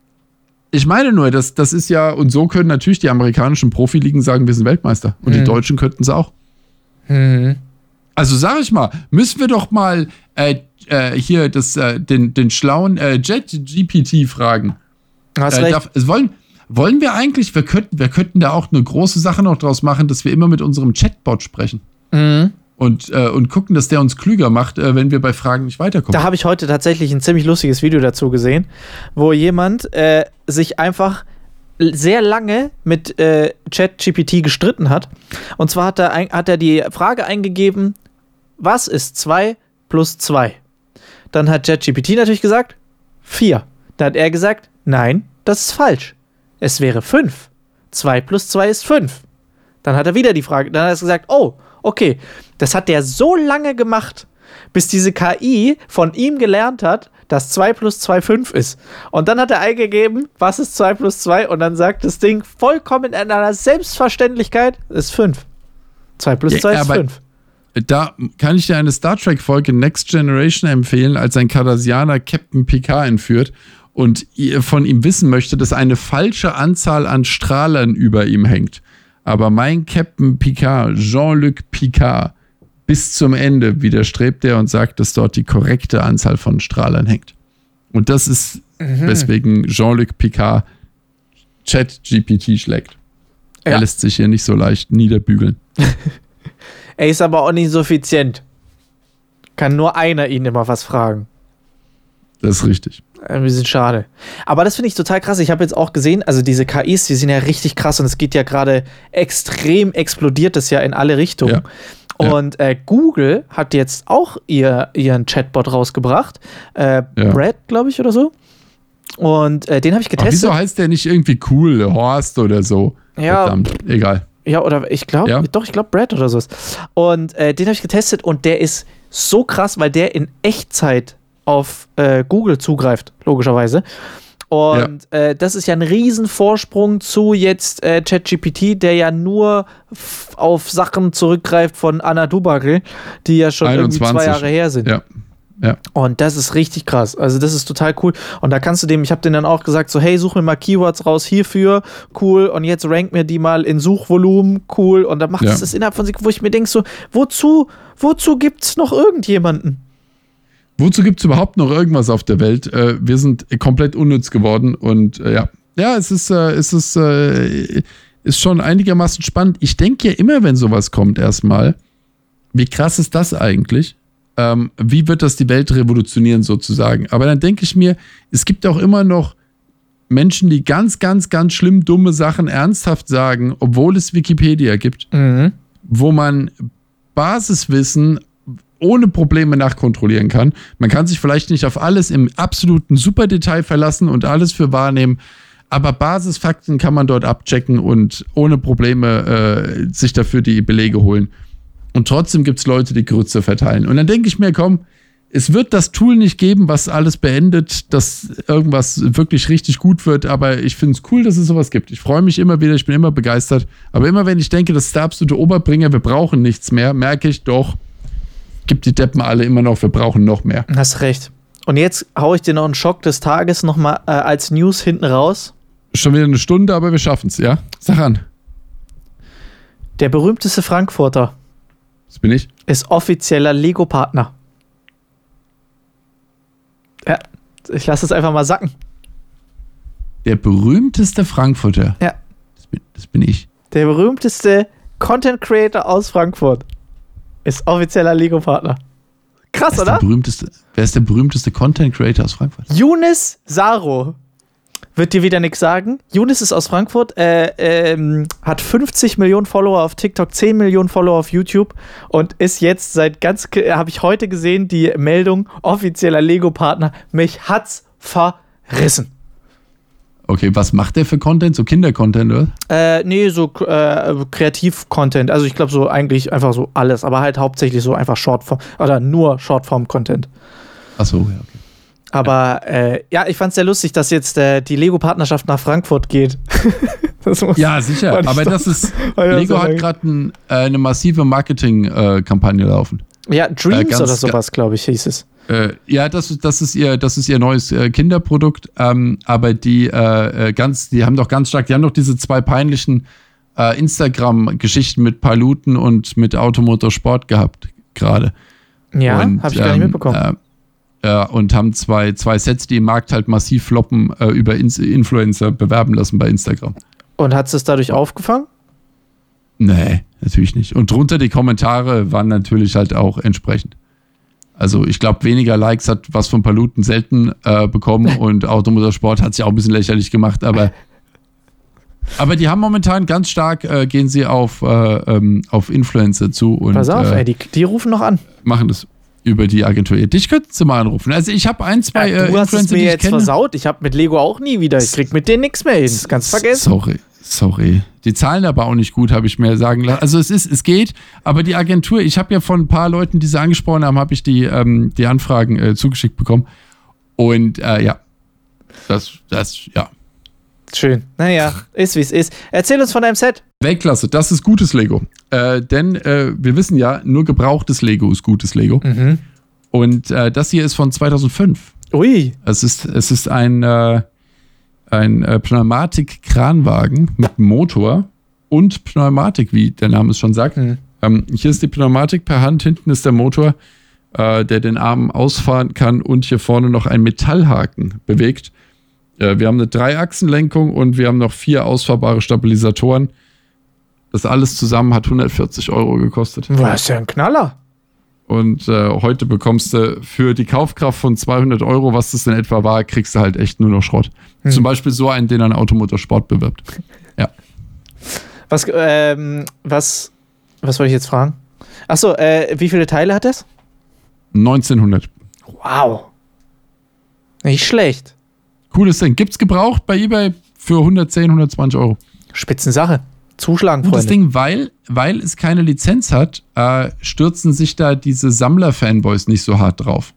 ich meine nur, das, das ist ja, und so können natürlich die amerikanischen Profiligen sagen, wir sind Weltmeister. Und Mhm. die Deutschen könnten es auch. Mhm. Also sag ich mal, müssen wir doch mal äh, äh, hier das, äh, den, den schlauen äh, Jet-G P T fragen. Hast Äh, recht. darf, es wollen, wollen wir eigentlich, wir könnten, wir könnten da auch eine große Sache noch draus machen, dass wir immer mit unserem Chatbot sprechen Mhm. und, äh, und gucken, dass der uns klüger macht, äh, wenn wir bei Fragen nicht weiterkommen. Da habe ich heute tatsächlich ein ziemlich lustiges Video dazu gesehen, wo jemand äh, sich einfach l- sehr lange mit äh, ChatGPT gestritten hat. Und zwar hat er, ein, hat er die Frage eingegeben, was ist zwei plus zwei? Dann hat ChatGPT natürlich gesagt, vier. Dann hat er gesagt, nein, das ist falsch. Es wäre fünf. zwei plus zwei ist fünf. Dann hat er wieder die Frage, dann hat er gesagt, oh, okay, das hat der so lange gemacht, bis diese K I von ihm gelernt hat, dass zwei plus zwei fünf ist. Und dann hat er eingegeben, was ist zwei plus zwei? Und dann sagt das Ding vollkommen in einer Selbstverständlichkeit, ist fünf. zwei plus Ja, zwei ist aber- fünf. Da kann ich dir eine Star Trek-Folge Next Generation empfehlen, als ein Cardassianer Captain Picard entführt und ihr von ihm wissen möchte, dass eine falsche Anzahl an Strahlern über ihm hängt. Aber mein Captain Picard, Jean-Luc Picard, bis zum Ende widerstrebt er und sagt, dass dort die korrekte Anzahl von Strahlern hängt. Und das ist, weswegen Jean-Luc Picard Chat-G P T schlägt. Ja. Er lässt sich hier nicht so leicht niederbügeln. Er ist aber auch nicht suffizient. Kann nur einer ihn immer was fragen. Das ist richtig. Ein bisschen schade. Aber das finde ich total krass. Ich habe jetzt auch gesehen, also diese K Is, die sind ja richtig krass und es geht ja gerade extrem, explodiert das ja in alle Richtungen. Ja. Und äh, Google hat jetzt auch ihr, ihren Chatbot rausgebracht. Äh, Ja. Brad, glaube ich, oder so. Und äh, den habe ich Aber getestet. wieso heißt der nicht irgendwie cool, Horst oder so? Ja. Verdammt, egal. Ja, oder ich glaube, Ja. doch, ich glaube Brad oder so. Und äh, den habe ich getestet und der ist so krass, weil der in Echtzeit auf äh, Google zugreift, logischerweise. Und äh, das ist ja ein Riesenvorsprung zu jetzt äh, ChatGPT, der ja nur f- auf Sachen zurückgreift von Anna Dubagel, die ja schon irgendwie zwei einundzwanzig. Jahre her sind. Ja. Ja. Und das ist richtig krass. Also das ist total cool. Und da kannst du dem, ich habe denen dann auch gesagt, so hey, such mir mal Keywords raus hierfür, cool. Und jetzt rank mir die mal in Suchvolumen, cool. Und dann macht Ja. es das innerhalb von Sekunden, wo ich mir denke, so, wozu, wozu gibt's noch irgendjemanden? Wozu gibt es überhaupt noch irgendwas auf der Welt? Äh, wir sind komplett unnütz geworden und äh, ja. Ja, es ist, äh, es ist, äh, ist schon einigermaßen spannend. Ich denke ja immer, wenn sowas kommt, erstmal, wie krass ist das eigentlich? Ähm, wie wird das die Welt revolutionieren sozusagen? Aber dann denke ich mir, es gibt auch immer noch Menschen, die ganz, ganz, ganz schlimm dumme Sachen ernsthaft sagen, obwohl es Wikipedia gibt, Mhm. wo man Basiswissen ohne Probleme nachkontrollieren kann. Man kann sich vielleicht nicht auf alles im absoluten Superdetail verlassen und alles für wahrnehmen, aber Basisfakten kann man dort abchecken und ohne Probleme äh, sich dafür die Belege holen. Und trotzdem gibt es Leute, die Grütze verteilen. Und dann denke ich mir, komm, es wird das Tool nicht geben, was alles beendet, dass irgendwas wirklich richtig gut wird, aber ich finde es cool, dass es sowas gibt. Ich freue mich immer wieder, ich bin immer begeistert. Aber immer wenn ich denke, das ist der absolute Oberbringer, wir brauchen nichts mehr, merke ich doch, gibt die Deppen alle immer noch, wir brauchen noch mehr. Hast recht. Und jetzt hau ich dir noch einen Schock des Tages nochmal äh, als News hinten raus. Schon wieder eine Stunde, aber wir schaffen es, ja? Sag an. Der berühmteste Frankfurter Das bin ich. ist offizieller Lego-Partner. Ja, ich lasse es einfach mal sacken. Der berühmteste Frankfurter. Ja. Das bin, das bin ich. Der berühmteste Content Creator aus Frankfurt ist offizieller Lego-Partner. Krass, wer ist oder? Der berühmteste, wer ist der berühmteste Content Creator aus Frankfurt? Younes Saro. Wird dir wieder nichts sagen. Younes ist aus Frankfurt, äh, ähm, hat fünfzig Millionen Follower auf TikTok, zehn Millionen Follower auf YouTube und ist jetzt seit ganz, habe ich heute gesehen, die Meldung, offizieller Lego-Partner. Mich hat's verrissen. Okay, was macht der für Content? So Kinder-Content, oder? Äh, nee, so äh, Kreativ-Content. Also ich glaube so eigentlich einfach so alles, aber halt hauptsächlich so einfach Shortform oder nur Shortform-Content. Achso, ja, okay. Aber äh, ja, ich fand's sehr lustig, dass jetzt äh, die Lego-Partnerschaft nach Frankfurt geht. Das muss- Ja, sicher. Fand ich Aber doch- das ist, fand ich Lego doch so hat geil. gerade ein, äh, eine massive Marketing-Kampagne laufen. Ja, Dreams Äh, ganz- oder sowas, glaube ich, hieß es. Äh, ja, das, das, ist ihr, das ist ihr neues äh, Kinderprodukt. Ähm, aber die äh, äh, ganz, die haben doch ganz stark, die haben doch diese zwei peinlichen äh, Instagram-Geschichten mit Paluten und mit Automotorsport gehabt gerade. Ja, Und, habe ich gar nicht ähm, mitbekommen. Äh, äh, und haben zwei, zwei Sets, die im Markt halt massiv floppen, äh, über Ins- Influencer bewerben lassen bei Instagram. Und hat es dadurch aufgefangen? Nee, natürlich nicht. Und drunter die Kommentare waren natürlich halt auch entsprechend. Also ich glaube, weniger Likes hat was von Paluten selten äh, bekommen und Automotorsport hat sich auch ein bisschen lächerlich gemacht, aber aber die haben momentan ganz stark, äh, gehen sie auf, äh, ähm, auf Influencer zu und Pass auf, äh, ey, die, die rufen noch an. machen das über die Agentur. Dich könnten sie mal anrufen. Also ich habe ein, zwei Ja, äh, du hast es Influencer, mir die ich jetzt kenne. versaut. Ich habe mit Lego auch nie wieder. Ich krieg mit denen nichts mehr hin. Das kannst du vergessen. Sorry, sorry. Die zahlen aber auch nicht gut, habe ich mir sagen lassen. Also es ist, es geht, aber die Agentur, ich habe ja von ein paar Leuten, die sie angesprochen haben, habe ich die, ähm, die Anfragen äh, zugeschickt bekommen. Und äh, ja, das, das, ja. Schön. Naja, ist wie es ist. Erzähl uns von deinem Set. Weltklasse, das ist gutes Lego. Äh, denn äh, wir wissen ja, nur gebrauchtes Lego ist gutes Lego. Mhm. Und äh, das hier ist von zweitausendfünf. Ui. Es ist, es ist ein, äh, ein äh, Pneumatik-Kranwagen mit Motor und Pneumatik, wie der Name es schon sagt. Mhm. Ähm, hier ist die Pneumatik per Hand, hinten ist der Motor, äh, der den Arm ausfahren kann und hier vorne noch ein Metallhaken bewegt. Äh, wir haben eine Dreiachsenlenkung und wir haben noch vier ausfahrbare Stabilisatoren. Das alles zusammen hat hundertvierzig Euro gekostet. Was ist ja ein Knaller. Und äh, heute bekommst du für die Kaufkraft von zweihundert Euro, was das in etwa war, kriegst du halt echt nur noch Schrott. Hm. Zum Beispiel so einen, den ein Automotorsport bewirbt. Ja. Was, ähm, was, was wollte ich jetzt fragen? Achso, äh, wie viele Teile hat das? neunzehnhundert. Wow. Nicht schlecht. Cooles Ding. Gibt's gebraucht bei eBay für hundertzehn, hundertzwanzig Euro. Spitzensache. Zuschlagen, Gutes Freunde. Ding, weil, weil es keine Lizenz hat, äh, stürzen sich da diese Sammler-Fanboys nicht so hart drauf.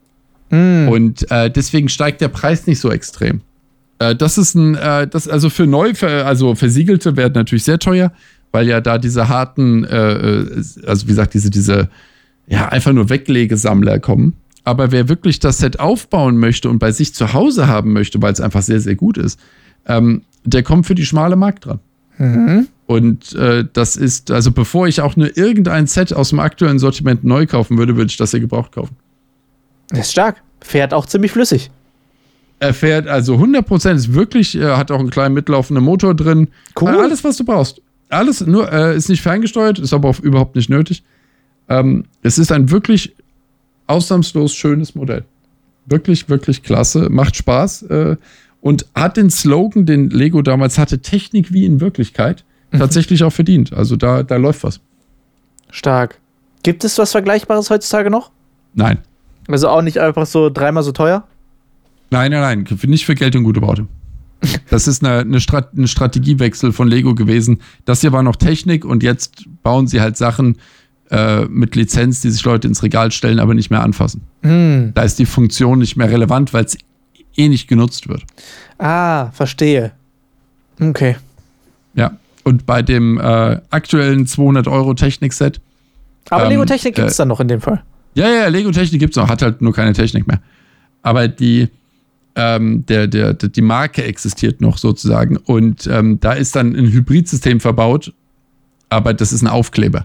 Mm. Und äh, deswegen steigt der Preis nicht so extrem. Äh, das ist ein, äh, das, also für neu, für, also versiegelte werden natürlich sehr teuer, weil ja da diese harten, äh, also wie gesagt, diese, diese, ja, einfach nur Weglegesammler kommen. Aber wer wirklich das Set aufbauen möchte und bei sich zu Hause haben möchte, weil es einfach sehr, sehr gut ist, ähm, der kommt für die schmale Mark dran. Mhm. Und äh, das ist, also bevor ich auch nur irgendein Set aus dem aktuellen Sortiment neu kaufen würde, würde ich das hier gebraucht kaufen. Das ist stark. Fährt auch ziemlich flüssig. Er fährt also hundert Prozent, ist wirklich, er hat auch einen kleinen mitlaufenden Motor drin. Cool. Äh, Alles, was du brauchst. Alles, nur, äh, ist nicht ferngesteuert, ist aber auch überhaupt nicht nötig. Ähm, es ist ein wirklich ausnahmslos schönes Modell. Wirklich, wirklich klasse, macht Spaß äh, und hat den Slogan, den Lego damals hatte, Technik wie in Wirklichkeit, Mhm. tatsächlich auch verdient. Also da, da läuft was. Stark. Gibt es was Vergleichbares heutzutage noch? Nein. Also auch nicht einfach so dreimal so teuer? Nein, nein, nein. Nicht für Geld und gute Worte. Das ist eine, eine, Strat- ein Strategiewechsel von Lego gewesen. Das hier war noch Technik und jetzt bauen sie halt Sachen, äh, mit Lizenz, die sich Leute ins Regal stellen, aber nicht mehr anfassen. Hm. Da ist die Funktion nicht mehr relevant, weil es eh nicht genutzt wird. Ah, verstehe. Okay. Ja. Und bei dem äh, aktuellen zweihundert Euro Technik-Set. Aber ähm, Lego-Technik gibt es äh, dann noch in dem Fall. Ja, ja, Lego-Technik gibt es noch, hat halt nur keine Technik mehr. Aber die, ähm, der, der, der, die Marke existiert noch sozusagen. Und ähm, da ist dann ein Hybridsystem verbaut, aber das ist ein Aufkleber.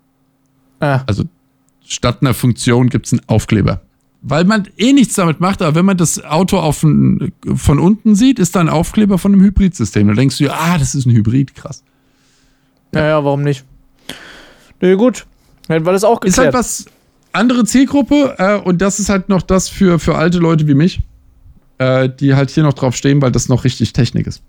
Ah. Also statt einer Funktion gibt es einen Aufkleber. Weil man eh nichts damit macht, aber wenn man das Auto auf ein, von unten sieht, ist da ein Aufkleber von einem Hybridsystem. Da denkst du, ah, das ist ein Hybrid, krass. Ja, ja, warum nicht? Nö, gut. Hätten wir das auch geklärt. Ist halt was andere Zielgruppe äh, und das ist halt noch das für, für alte Leute wie mich, äh, die halt hier noch drauf stehen, weil das noch richtig Technik ist.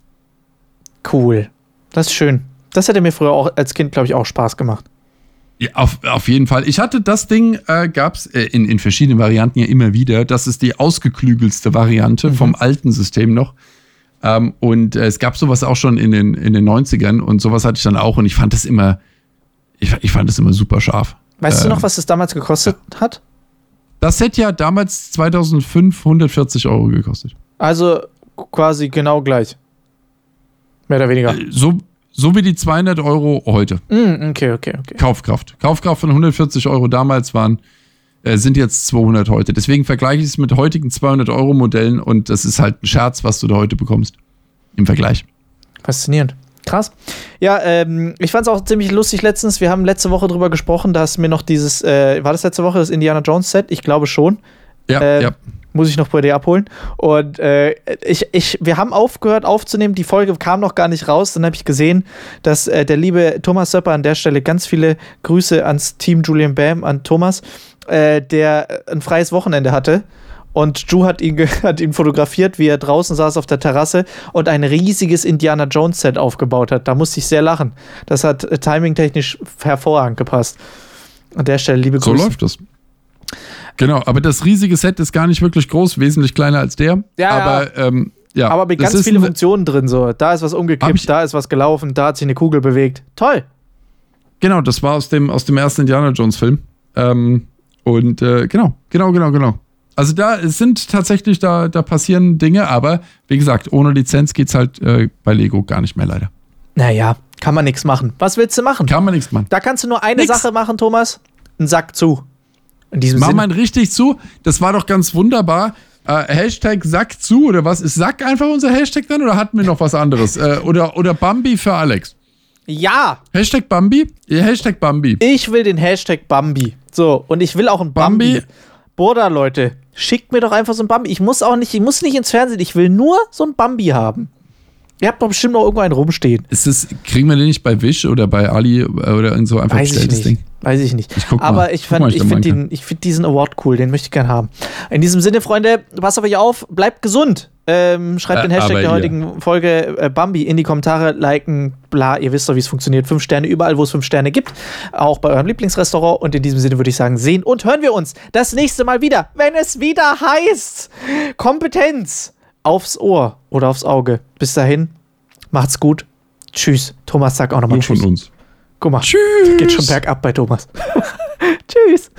Cool. Das ist schön. Das hätte mir früher auch als Kind, glaube ich, auch Spaß gemacht. Ja, auf, auf jeden Fall. Ich hatte das Ding, äh, gab es äh, in, in verschiedenen Varianten ja immer wieder. Das ist die ausgeklügelste Variante mhm. vom alten System noch. Ähm, und äh, es gab sowas auch schon in den, in den neunzigern und sowas hatte ich dann auch und ich fand das immer, ich, ich fand das immer super scharf. Weißt ähm, du noch, was es damals gekostet ja. hat? Das hätte ja damals zweitausendfünf hundertvierzig Euro gekostet. Also quasi genau gleich. Mehr oder weniger. Äh, so, so wie die zweihundert Euro heute. Mm, okay, okay, okay. Kaufkraft. Kaufkraft von hundertvierzig Euro damals waren, äh, sind jetzt zweihundert heute. Deswegen vergleiche ich es mit heutigen zweihundert Euro Modellen und das ist halt ein Scherz, was du da heute bekommst. Im Vergleich. Faszinierend. Krass. Ja, ähm, ich fand es auch ziemlich lustig letztens. Wir haben letzte Woche drüber gesprochen, dass mir noch dieses, äh, war das letzte Woche, das Indiana Jones Set? Ich glaube schon. Ja, äh, ja. Muss ich noch bei dir abholen. Und äh, ich, ich, wir haben aufgehört aufzunehmen, die Folge kam noch gar nicht raus. Dann habe ich gesehen, dass äh, der liebe Thomas Söpper an der Stelle, ganz viele Grüße ans Team Julian Bam, an Thomas, äh, der ein freies Wochenende hatte. Und Ju hat ihn, hat ihn fotografiert, wie er draußen saß auf der Terrasse und ein riesiges Indiana Jones Set aufgebaut hat. Da musste ich sehr lachen. Das hat äh, timingtechnisch hervorragend gepasst. An der Stelle liebe Grüße. So läuft das. Genau, aber das riesige Set ist gar nicht wirklich groß, wesentlich kleiner als der. Ja, aber, ähm, ja. aber mit das ganz viele ein, Funktionen drin. So. Da ist was umgekippt, da ist was gelaufen, da hat sich eine Kugel bewegt. Toll. Genau, das war aus dem, aus dem ersten Indiana Jones Film. Ähm, und äh, genau, genau, genau, genau. Also da es sind tatsächlich, da, da passieren Dinge, aber wie gesagt, ohne Lizenz geht's halt äh, bei Lego gar nicht mehr leider. Naja, kann man nichts machen. Was willst du machen? Kann man nichts machen. Da kannst du nur eine Nix. Sache machen, Thomas. Einen Sack zu. In diesem Mach Sinne. mal richtig zu. Das war doch ganz wunderbar. Äh, Hashtag Sack zu oder was? Ist Sack einfach unser Hashtag dann oder hatten wir noch was anderes? Äh, oder, oder Bambi für Alex? Ja! Hashtag Bambi? Ja, Hashtag Bambi. Ich will den Hashtag Bambi. So, und ich will auch einen Bambi. Bambi. Border, Leute, schickt mir doch einfach so ein Bambi. Ich muss auch nicht, ich muss nicht ins Fernsehen, ich will nur so ein Bambi haben. Ihr habt doch bestimmt noch irgendwo einen rumstehen. Ist das, kriegen wir den nicht bei Wish oder bei Ali oder in so einfach Weiß ich bestelltes nicht. Ding? Weiß ich nicht. Ich guck mal. Aber ich, Guck fand- mal, ich ich da finde mal den- ich find diesen Award cool, den möchte ich gerne haben. In diesem Sinne, Freunde, passt auf euch auf, bleibt gesund. Ähm, schreibt Äh, den Hashtag aber der ihr- heutigen Folge äh, Bambi in die Kommentare, liken, bla, ihr wisst doch, wie es funktioniert. Fünf Sterne überall, wo es fünf Sterne gibt. Auch bei eurem Lieblingsrestaurant. Und in diesem Sinne würde ich sagen, sehen und hören wir uns das nächste Mal wieder, wenn es wieder heißt Kompetenz aufs Ohr oder aufs Auge. Bis dahin, macht's gut. Tschüss. Thomas, sag auch nochmal Nur Tschüss. von uns. Guck mal, Tschüss. geht schon bergab bei Thomas. Tschüss.